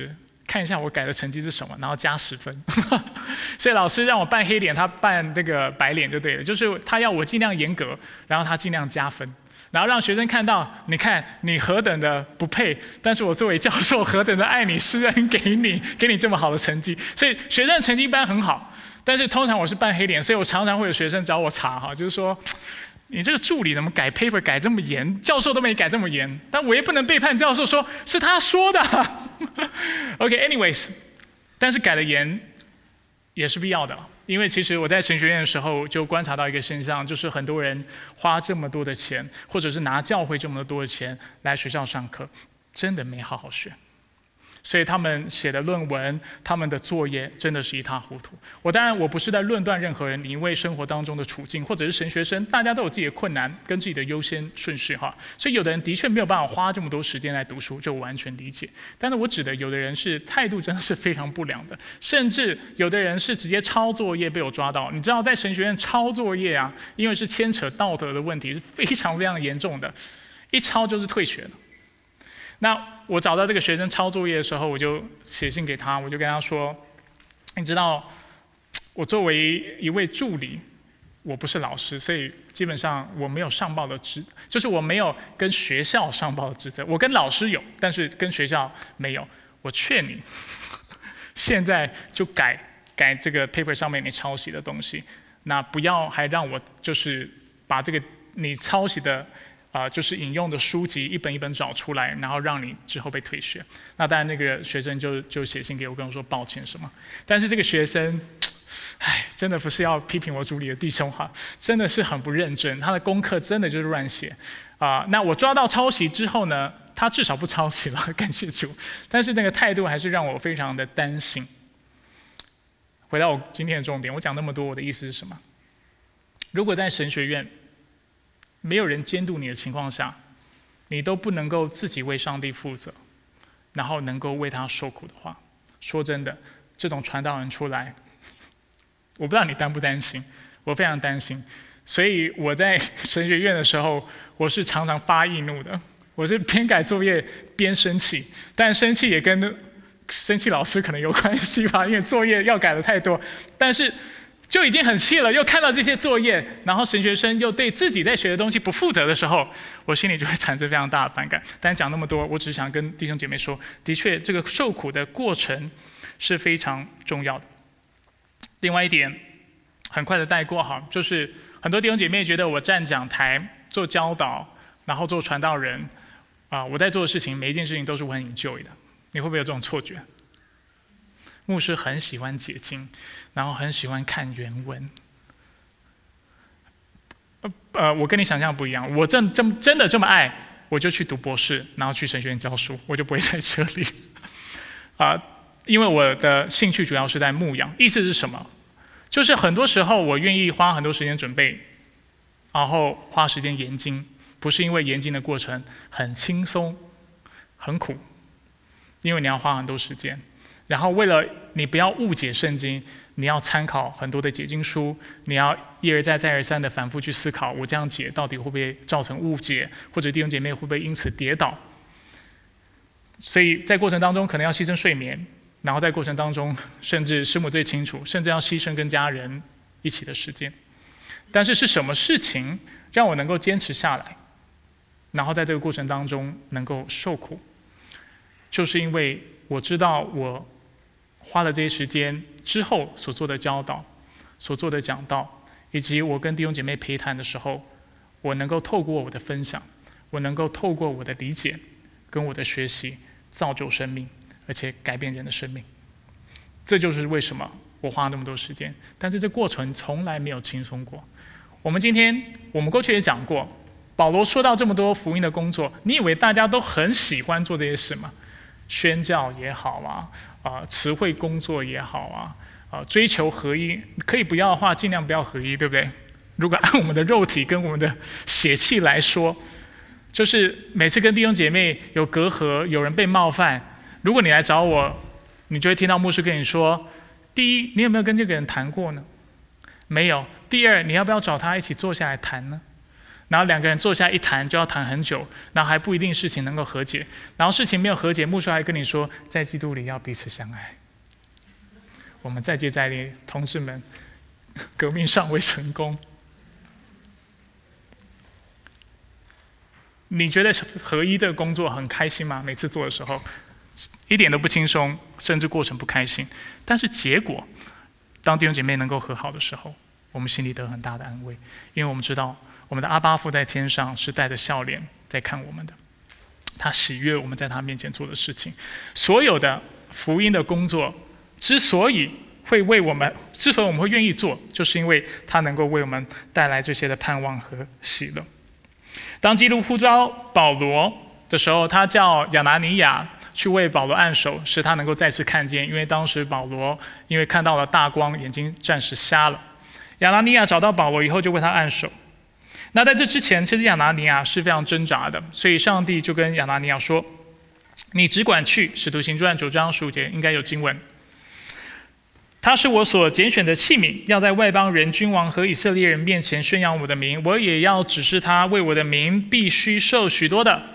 Speaker 1: 看一下我改的成绩是什么，然后加十分。所以老师让我扮黑脸，他扮这个白脸就对了，就是他要我尽量严格，然后他尽量加分，然后让学生看到，你看你何等的不配，但是我作为教授何等的爱你，施恩给你，给你这么好的成绩。所以学生成绩一般很好，但是通常我是扮黑脸，所以我常常会有学生找我查哈，就是说你这个助理怎么改 paper 改这么严，教授都没改这么严，但我也不能背叛教授说是他说的。OK，anyways，、okay, 但是改的严也是必要的，因为其实我在神学院的时候就观察到一个现象，就是很多人花这么多的钱，或者是拿教会这么多的钱来学校上课，真的没好好学。所以他们写的论文，他们的作业真的是一塌糊涂。我当然我不是在论断任何人，你因为生活当中的处境，或者是神学生，大家都有自己的困难跟自己的优先顺序哈。所以有的人的确没有办法花这么多时间来读书，这我完全理解。但是我指的有的人是态度真的是非常不良的，甚至有的人是直接抄作业被我抓到。你知道在神学院抄作业啊，因为是牵扯道德的问题，是非常非常严重的，一抄就是退学了。那我找到这个学生抄作业的时候，我就写信给他，我就跟他说：“你知道，我作为一位助理，我不是老师，所以基本上我没有上报的职，就是我没有跟学校上报的职责。我跟老师有，但是跟学校没有。我劝你，现在就改改这个 paper 上面你抄袭的东西，那不要还让我就是把这个你抄袭的。”啊、呃，就是引用的书籍一本一本找出来，然后让你之后被退学。那当然，那个学生就就写信给我，跟我说抱歉什么。但是这个学生，唉，真的不是要批评我主理的弟兄哈，真的是很不认真，他的功课真的就是乱写啊、呃。那我抓到抄袭之后呢，他至少不抄袭了，感谢主。但是那个态度还是让我非常的担心。回到我今天的重点，我讲那么多，我的意思是什么？如果在神学院，没有人监督你的情况下，你都不能够自己为上帝负责，然后能够为他受苦的话，说真的，这种传道人出来，我不知道你担不担心，我非常担心。所以我在神学院的时候，我是常常发易怒的，我是边改作业边生气，但生气也跟生气老师可能有关系吧，因为作业要改的太多，但是。就已经很气了，又看到这些作业，然后神学生又对自己在学的东西不负责的时候，我心里就会产生非常大的反感。但讲那么多，我只是想跟弟兄姐妹说，的确，这个受苦的过程是非常重要的。另外一点，很快的带过哈，就是很多弟兄姐妹觉得我站讲台做教导，然后做传道人，啊、呃，我在做的事情，每一件事情都是我很 enjoy 的。你会不会有这种错觉？牧师很喜欢解经，然后很喜欢看原文。呃，我跟你想象不一样，我真真真的这么爱，我就去读博士，然后去神学院教书，我就不会在这里。啊、呃，因为我的兴趣主要是在牧养。意思是什么？就是很多时候我愿意花很多时间准备，然后花时间研经，不是因为研经的过程很轻松、很苦，因为你要花很多时间。然后为了你不要误解圣经，你要参考很多的解经书，你要一而再再而三的反复去思考，我这样解到底会不会造成误解，或者弟兄姐妹会不会因此跌倒。所以在过程当中可能要牺牲睡眠，然后在过程当中甚至师母最清楚，甚至要牺牲跟家人一起的时间。但是是什么事情让我能够坚持下来，然后在这个过程当中能够受苦，就是因为我知道我花了这些时间之后所做的教导、所做的讲道，以及我跟弟兄姐妹陪谈的时候，我能够透过我的分享，我能够透过我的理解跟我的学习，造就生命，而且改变人的生命。这就是为什么我花那么多时间，但是这过程从来没有轻松过。我们今天，我们过去也讲过，保罗说到这么多福音的工作，你以为大家都很喜欢做这些事吗？宣教也好啊，啊、呃，词汇工作也好啊，啊、呃，追求合一，可以不要的话，尽量不要合一，对不对？如果按我们的肉体跟我们的血气来说，就是每次跟弟兄姐妹有隔阂，有人被冒犯，如果你来找我，你就会听到牧师跟你说：第一，你有没有跟这个人谈过呢？没有。第二，你要不要找他一起坐下来谈呢？ 然后两个人坐下一谈就要谈很久，然后还不一定事情能够和解，然后事情没有和解，牧师还跟你说，在基督里要彼此相爱。我们再接再厉，同志们，革命尚未成功。你觉得合一的工作很开心吗？每次做的时候，一点都不轻松，甚至过程不开心。但是结果，当弟兄姐妹能够和好的时候，我们心里得很大的安慰，因为我们知道我们的阿爸父在天上是带着笑脸在看我们的，他喜悦我们在他面前做的事情。所有的福音的工作之所以会为我们，之所以我们会愿意做，就是因为他能够为我们带来这些的盼望和喜乐。当基督呼召保罗的时候，他叫亚拿尼亚去为保罗按手，使他能够再次看见，因为当时保罗因为看到了大光，眼睛暂时瞎了。亚拿尼亚找到保罗以后，就为他按手。那在这之前，其实亚拿尼亚是非常挣扎的，所以上帝就跟亚拿尼亚说：“你只管去。”使徒行传九章十五节应该有经文。他是我所拣选的器皿，要在外邦人、君王和以色列人面前宣扬我的名。我也要指示他，为我的名必须受许多的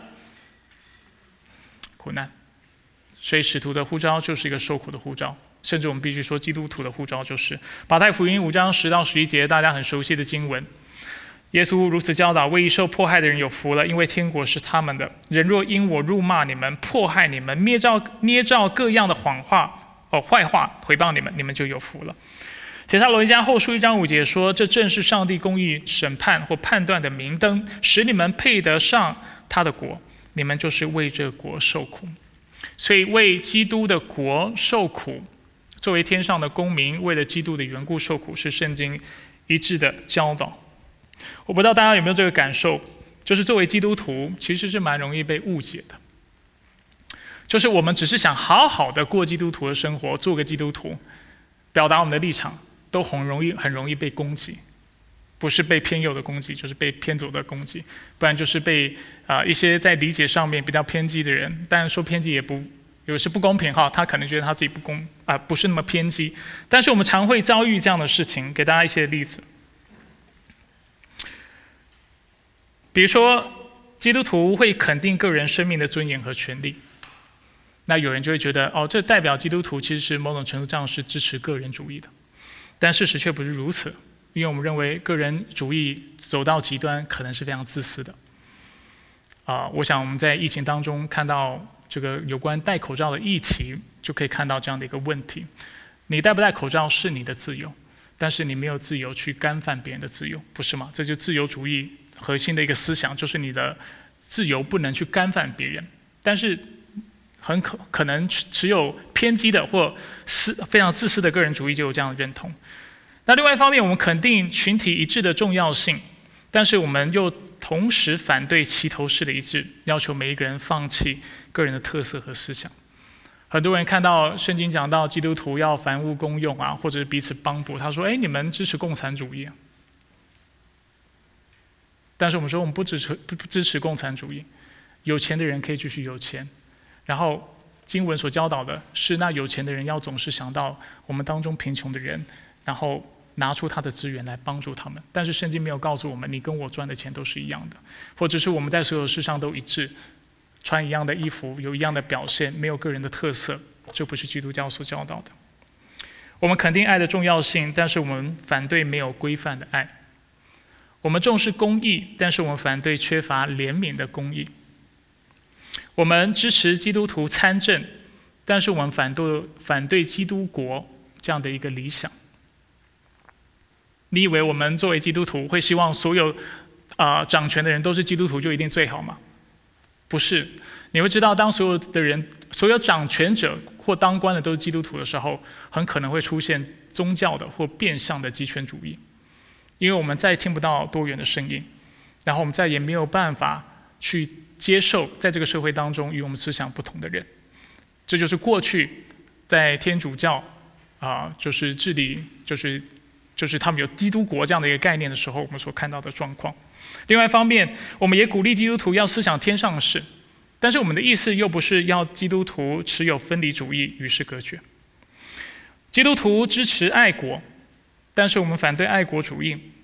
Speaker 1: 苦难。所以使徒的呼召就是一个受苦的呼召，甚至我们必须说基督徒的呼召就是马太福音五章十到十一节，大家很熟悉的经文。耶稣如此教导：为义受迫害的人有福了，因为天国是他们的。人若因我辱骂你们、迫害你们、捏造捏造各样的谎话、哦坏话回报你们，你们就有福了。帖撒罗尼迦后书一章五节说：这正是上帝公义审判或判断的明灯，使你们配得上他的国。你们就是为这国受苦。所以为基督的国受苦，作为天上的公民，为了基督的缘故受苦，是圣经一致的教导。我不知道大家有没有这个感受，就是作为基督徒其实是蛮容易被误解的，就是我们只是想好好的过基督徒的生活，做个基督徒，表达我们的立场，都很容易很容易被攻击。不是被偏右的攻击，就是被偏左的攻击，不然就是被啊、呃、一些在理解上面比较偏激的人。当然说偏激也不有时不公平哈，他可能觉得他自己不公啊、呃、不是那么偏激，但是我们常会遭遇这样的事情。给大家一些例子，比如说基督徒会肯定个人生命的尊严和权利，那有人就会觉得哦，这代表基督徒其实是某种程度上是支持个人主义的，但事实却不是如此。因为我们认为个人主义走到极端可能是非常自私的。啊、呃，我想我们在疫情当中看到这个有关戴口罩的议题，就可以看到这样的一个问题：你戴不戴口罩是你的自由，但是你没有自由去干犯别人的自由，不是吗？这就是自由主义核心的一个思想，就是你的自由不能去干犯别人。但是很可可能持有偏激的或私非常自私的个人主义就有这样的认同。那另外一方面，我们肯定群体一致的重要性，但是我们又同时反对齐头式的一致，要求每一个人放弃个人的特色和思想。很多人看到圣经讲到基督徒要凡物公用啊，或者是彼此帮补，他说：“哎，你们支持共产主义啊？”但是我们说我们不支持不支持共产主义，有钱的人可以继续有钱，然后经文所教导的是，那有钱的人要总是想到我们当中贫穷的人，然后拿出他的资源来帮助他们。但是圣经没有告诉我们，你跟我赚的钱都是一样的，或者是我们在所有事上都一致，穿一样的衣服，有一样的表现，没有个人的特色，这不是基督教所教导的。我们肯定爱的重要性，但是我们反对没有规范的爱。我们重视公义，但是我们反对缺乏怜悯的公义。我们支持基督徒参政，但是我们反对反对基督国这样的一个理想。你以为我们作为基督徒会希望所有啊、呃、掌权的人都是基督徒就一定最好吗？不是。你会知道，当所有的人、所有掌权者或当官的都是基督徒的时候，很可能会出现宗教的或变相的极权主义，因为我们再也听不到多元的声音，然后我们再也没有办法去接受在这个社会当中与我们思想不同的人。这就是过去在天主教啊、呃，就是治理，就是就是他们有基督国这样的一个概念的时候，我们所看到的状况。另外一方面，我们也鼓励基督徒要思想天上的事，但是我们的意思又不是要基督徒持有分离主义，与世隔绝。基督徒支持爱国，但是我们反对爱国主义。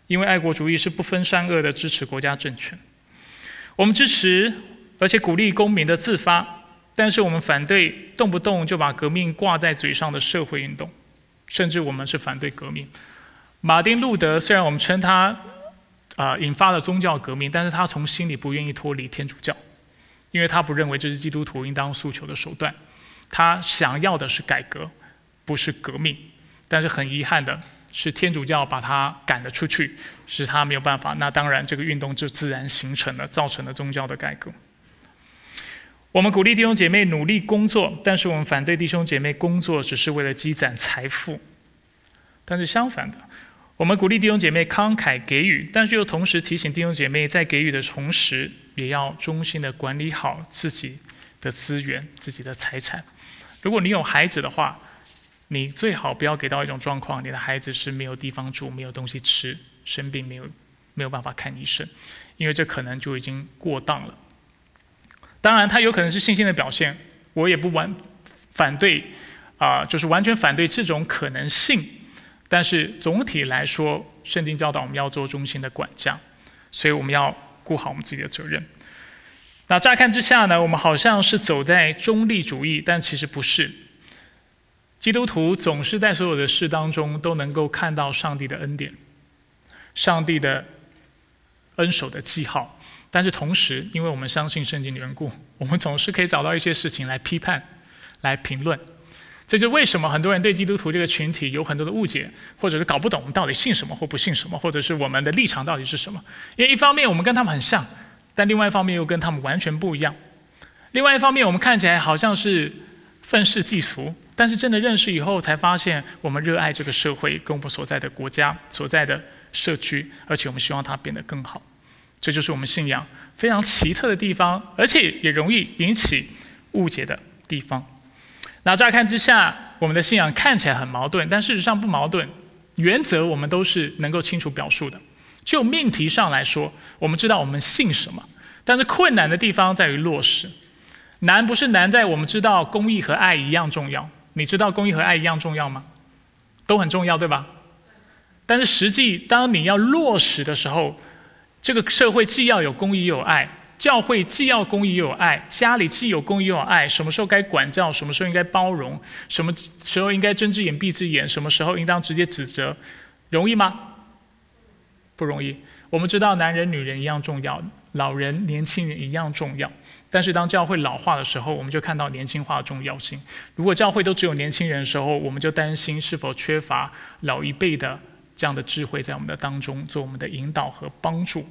Speaker 1: 因为爱国主义是不分善恶的支持国家政权。我们支持而且鼓励公民的自发，但是我们反对动不动就把革命挂在嘴上的社会运动，甚至我们是反对革命。马丁路德虽然我们称他啊、呃、引发了宗教革命，但是他从心里不愿意脱离天主教，因为他不认为这是基督徒应当诉求的手段。他想要的是改革，不是革命。但是很遗憾的是，天主教把他赶了出去，使他没有办法。那当然，这个运动就自然形成了，造成了宗教的改革。我们鼓励弟兄姐妹努力工作，但是我们反对弟兄姐妹工作只是为了积攒财富。但是相反的，我们鼓励弟兄姐妹慷慨给予，但是又同时提醒弟兄姐妹在给予的同时，也要忠心的管理好自己的资源、自己的财产。如果你有孩子的话，你最好不要给到一种状况，你的孩子是没有地方住、没有东西吃、生病没有没有办法看医生，因为这可能就已经过当了。当然，它有可能是信心的表现，我也不完反对啊、呃，就是完全反对这种可能性。但是总体来说，圣经教导我们要做忠心的管家，所以我们要顾好我们自己的责任。那乍看之下呢，我们好像是走在中立主义，但其实不是。基督徒总是在所有的事当中都能够看到上帝的恩典，上帝的恩手的记号。但是同时，因为我们相信圣经的缘故，我们总是可以找到一些事情来批判、来评论。这就是为什么很多人对基督徒这个群体有很多的误解，或者是搞不懂我们到底信什么或不信什么，或者是我们的立场到底是什么。因为一方面我们跟他们很像，但另外一方面又跟他们完全不一样。另外一方面，我们看起来好像是愤世嫉俗，但是真的认识以后才发现，我们热爱这个社会跟我们所在的国家、所在的社区，而且我们希望它变得更好。这就是我们信仰非常奇特的地方，而且也容易引起误解的地方。那乍看之下，我们的信仰看起来很矛盾，但事实上不矛盾。原则我们都是能够清楚表述的。就命题上来说，我们知道我们信什么，但是困难的地方在于落实。难不是难在我们知道公义和爱一样重要。你知道公义和爱一样重要吗？都很重要，对吧？但是实际当你要落实的时候，这个社会既要有公义又有爱，教会既要公义又有爱，家里既有公义又有爱，什么时候该管教，什么时候应该包容，什么时候应该睁只眼闭只眼，什么时候应当直接指责，容易吗？不容易。我们知道男人女人一样重要，老人年轻人一样重要，但是当教会老化的时候，我们就看到年轻化的重要性。如果教会都只有年轻人的时候，我们就担心是否缺乏老一辈的这样的智慧在我们的当中做我们的引导和帮助。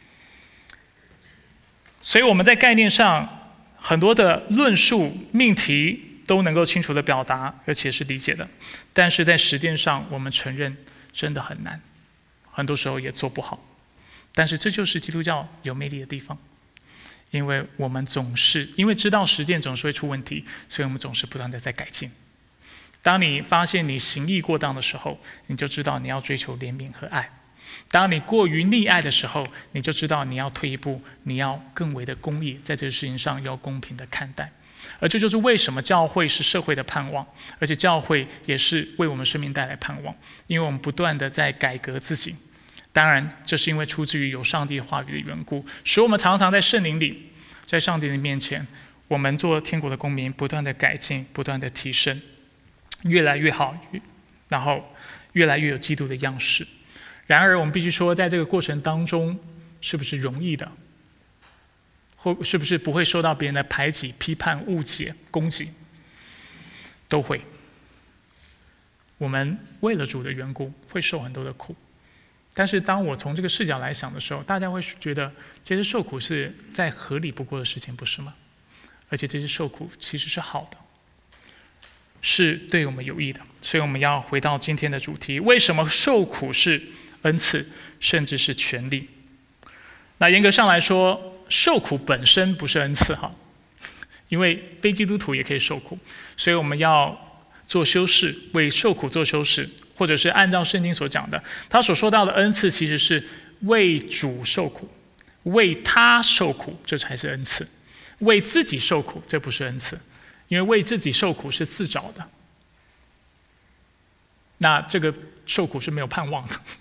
Speaker 1: 所以我们在概念上很多的论述命题都能够清楚的表达，而且是理解的，但是在实践上我们承认真的很难，很多时候也做不好。但是这就是基督教有魅力的地方，因为我们总是因为知道实践总是会出问题，所以我们总是不断的在改进。当你发现你行义过当的时候，你就知道你要追求怜悯和爱。当你过于溺爱的时候，你就知道你要退一步，你要更为的公义，在这个事情上要公平的看待。而这就是为什么教会是社会的盼望，而且教会也是为我们生命带来盼望，因为我们不断的在改革自己。当然这是因为出自于有上帝话语的缘故，使我们常常在圣灵里，在上帝的面前，我们做天国的公民，不断的改进，不断的提升，越来越好，然后越来越有基督的样式。然而我们必须说，在这个过程当中是不是容易的，或是不是不会受到别人的排挤、批判、误解、攻击，都会。我们为了主的缘故会受很多的苦，但是当我从这个视角来想的时候，大家会觉得这些受苦是再合理不过的事情，不是吗？而且这些受苦其实是好的，是对我们有益的。所以我们要回到今天的主题，为什么受苦是恩赐，甚至是权利？那严格上来说，受苦本身不是恩赐哈，因为非基督徒也可以受苦，所以我们要做修饰，为受苦做修饰，或者是按照圣经所讲的，他所说到的恩赐其实是为主受苦，为他受苦，这才是恩赐。为自己受苦，这不是恩赐，因为为自己受苦是自找的，那这个受苦是没有盼望的，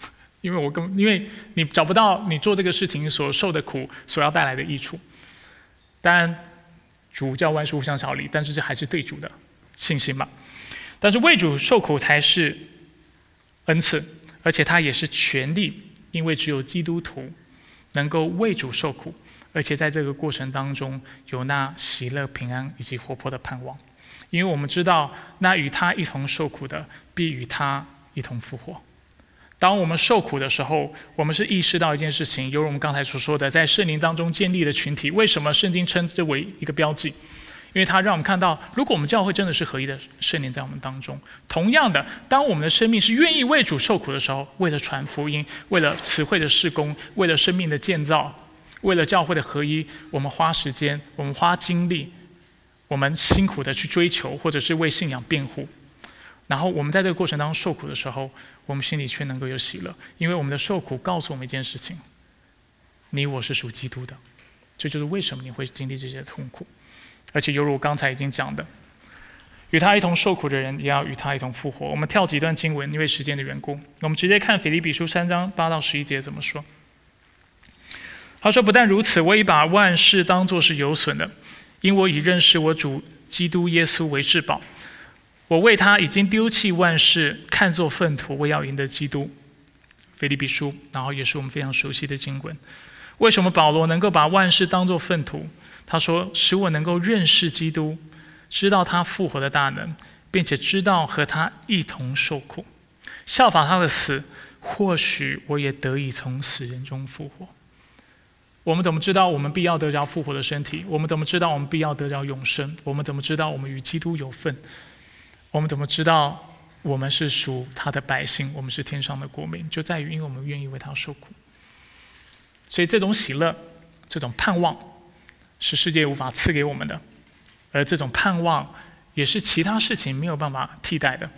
Speaker 1: 因为我根因为你找不到你做这个事情所受的苦所要带来的益处。当然，主叫万事互相效力，但是这还是对主的信心嘛。但是为主受苦才是恩赐，而且它也是权利，因为只有基督徒能够为主受苦，而且在这个过程当中有那喜乐、平安以及活泼的盼望。因为我们知道，那与他一同受苦的，必与他一同复活。当我们受苦的时候，我们是意识到一件事情，犹如我们刚才所说的，在圣灵当中建立的群体。为什么圣经称之为一个标记？因为它让我们看到，如果我们教会真的是合一的圣灵在我们当中，同样的，当我们的生命是愿意为主受苦的时候，为了传福音，为了词汇的事工，为了生命的建造，为了教会的合一，我们花时间，我们花精力，我们辛苦的去追求，或者是为信仰辩护。然后我们在这个过程当中受苦的时候，我们心里却能够有喜乐，因为我们的受苦告诉我们一件事情：你我是属基督的。这就是为什么你会经历这些痛苦。而且犹如我刚才已经讲的，与他一同受苦的人也要与他一同复活。我们跳几段经文，因为时间的缘故，我们直接看腓立比书三章八到十一节怎么说。他说：不但如此，我已把万事当作是有损的，因我已认识我主基督耶稣为至宝。我为他已经丢弃万事，看作粪土，我要赢得基督。腓立比书，然后也是我们非常熟悉的经文。为什么保罗能够把万事当作粪土？他说：使我能够认识基督，知道他复活的大能，并且知道和他一同受苦，效法他的死，或许我也得以从死人中复活。我们怎么知道我们必要得着复活的身体？我们怎么知道我们必要得着永生？我们怎么知道我们与基督有份？我们怎么知道我们是属他的百姓，我们是天上的国民？就在于因为我们愿意为他受苦。所以这种喜乐，这种盼望，是世界无法赐给我们的，而这种盼望也是其他事情没有办法替代的。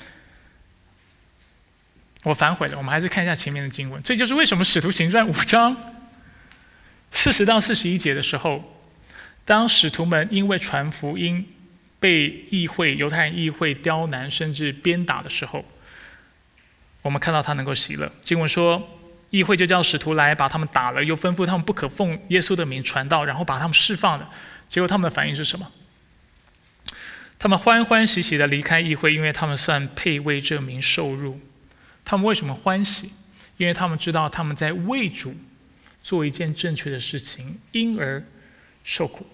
Speaker 1: 我反悔了，我们还是看一下前面的经文。这就是为什么使徒行传五章四十到四十一节的时候，当使徒们因为传福音被议会犹太人议会刁难甚至鞭打的时候，我们看到他能够喜乐。经文说，议会就叫使徒来把他们打了，又吩咐他们不可奉耶稣的名传道，然后把他们释放了。结果他们的反应是什么？他们欢欢喜喜的离开议会，因为他们算配为这名受辱。他们为什么欢喜？因为他们知道他们在为主做一件正确的事情，因而受苦。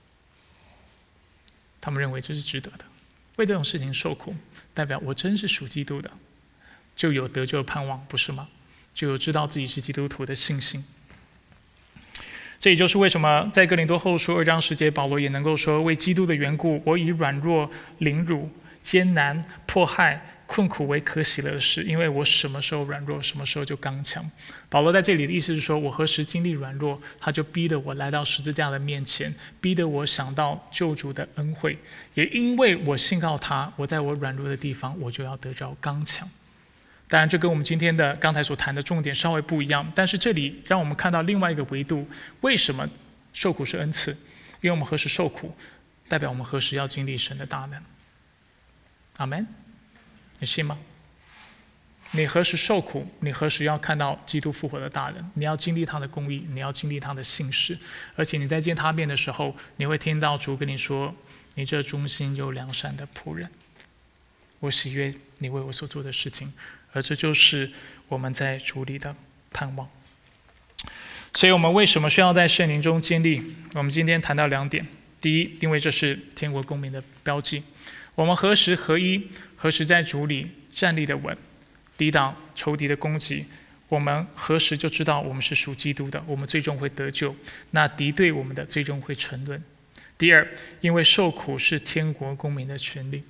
Speaker 1: 他们认为这是值得的，为这种事情受苦，代表我真是属基督的，就有得救的盼望，不是吗？就有知道自己是基督徒的信心。这也就是为什么在哥林多后书二章十节，保罗也能够说：为基督的缘故，我以软弱、凌辱、艰难、迫害、困苦为可喜乐的事，因为我什么时候软弱，什么时候就刚强。保罗在这里的意思是说，我何时经历软弱，他就逼得我来到十字架的面前，逼得我想到救主的恩惠。也因为我信靠他，我在我软弱的地方，我就要得着刚强。当然，这跟我们今天的刚才所谈的重点稍微不一样，但是这里让我们看到另外一个维度：为什么受苦是恩赐？因为我们何时受苦，代表我们何时要经历神的大能。阿们，你信吗？你何时受苦，你何时要看到基督复活的大能？你要经历他的公义，你要经历他的信实，而且你在见他面的时候，你会听到主跟你说：你这忠心又良善的仆人，我喜悦你为我所做的事情。而这就是我们在主里的盼望。所以我们为什么需要在圣灵中坚立？我们今天谈到两点：第一，因为这是天国公民的标记。我们何时合一，何时在主里站立的稳，抵挡仇敌的攻击，我们何时就知道我们是属基督的，我们最终会得救，那敌对我们的最终会沉沦。第二，因为受苦是天国公民的权利。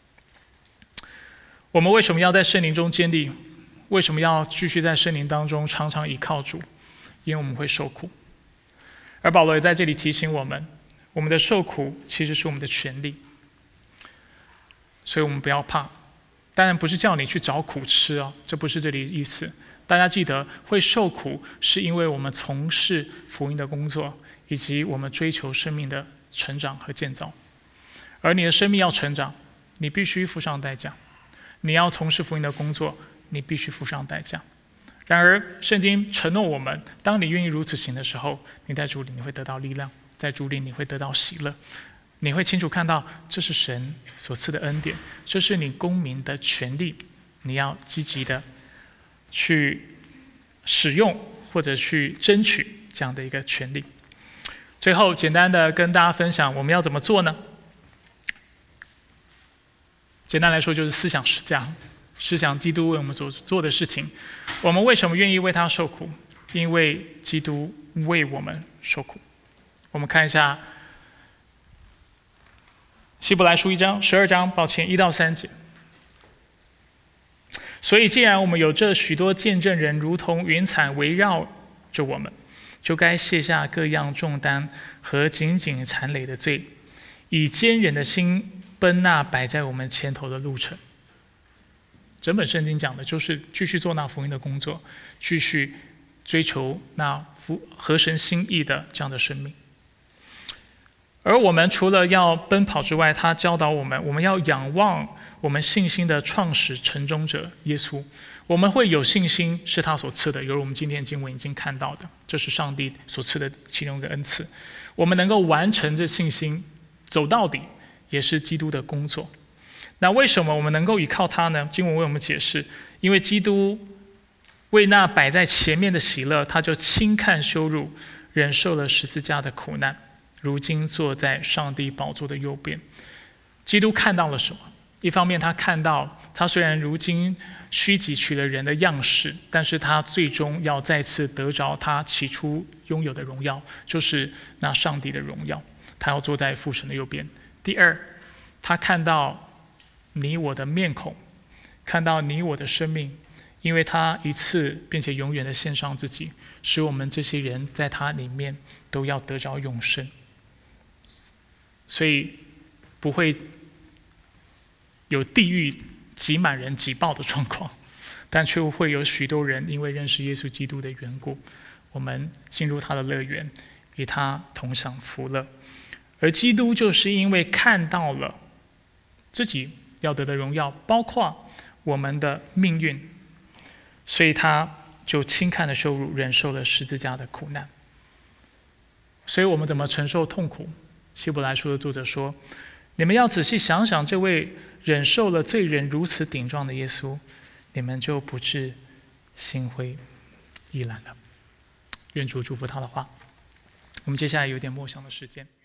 Speaker 1: 我们为什么要在圣灵中坚立？为什么要继续在圣灵当中常常倚靠主？因为我们会受苦。而保罗也在这里提醒我们，我们的受苦其实是我们的权利，所以我们不要怕。当然不是叫你去找苦吃啊，这不是这里的意思。大家记得，会受苦是因为我们从事福音的工作，以及我们追求生命的成长和建造。而你的生命要成长，你必须付上代价。你要从事福音的工作，你必须付上代价。 然而，圣经承诺我们，当你愿意如此行的时候，你在主里你会得到力量，在主里你会得到喜乐，你会清楚看到这是神所赐的恩典，这是你公民的权利，你要积极的去使用或者去争取这样的一个权利。最后，简单的跟大家分享我们要怎么做呢？简单来说，就是思想实价，思想基督为我们所做的事情。我们为什么愿意为他受苦？因为基督为我们受苦。我们看一下希伯来书一章十二章，抱歉，一到三节。所以，既然我们有这许多见证人，如同云彩围绕着我们，就该卸下各样重担和紧紧缠累的罪，以坚忍的心奔那摆在我们前头的路程。整本圣经讲的就是继续做那福音的工作，继续追求那合神心意的这样的生命。而我们除了要奔跑之外，他教导我们，我们要仰望我们信心的创始成终者耶稣。我们会有信心是他所赐的，犹如我们今天经文已经看到的，这是上帝所赐的其中一个恩赐。我们能够完成这信心走到底，也是基督的工作。那为什么我们能够依靠他呢？经文为我们解释，因为基督为那摆在前面的喜乐，他就轻看羞辱，忍受了十字架的苦难，如今坐在上帝宝座的右边。基督看到了什么？一方面他看到他虽然如今虚己取了人的样式，但是他最终要再次得着他起初拥有的荣耀，就是那上帝的荣耀，他要坐在父神的右边。第二，他看到你我的面孔，看到你我的生命，因为他一次并且永远的献上自己，使我们这些人在他里面都要得着永生。所以不会有地狱挤满人挤爆的状况，但却会有许多人因为认识耶稣基督的缘故，我们进入他的乐园，与他同享福乐。而基督就是因为看到了自己要得的荣耀，包括我们的命运，所以他就轻看了羞辱，忍受了十字架的苦难。所以我们怎么承受痛苦？希伯来书的作者说，你们要仔细想想，这位忍受了罪人如此顶撞的耶稣，你们就不致心灰意懒了。愿主祝福他的话。我们接下来有点默想的时间。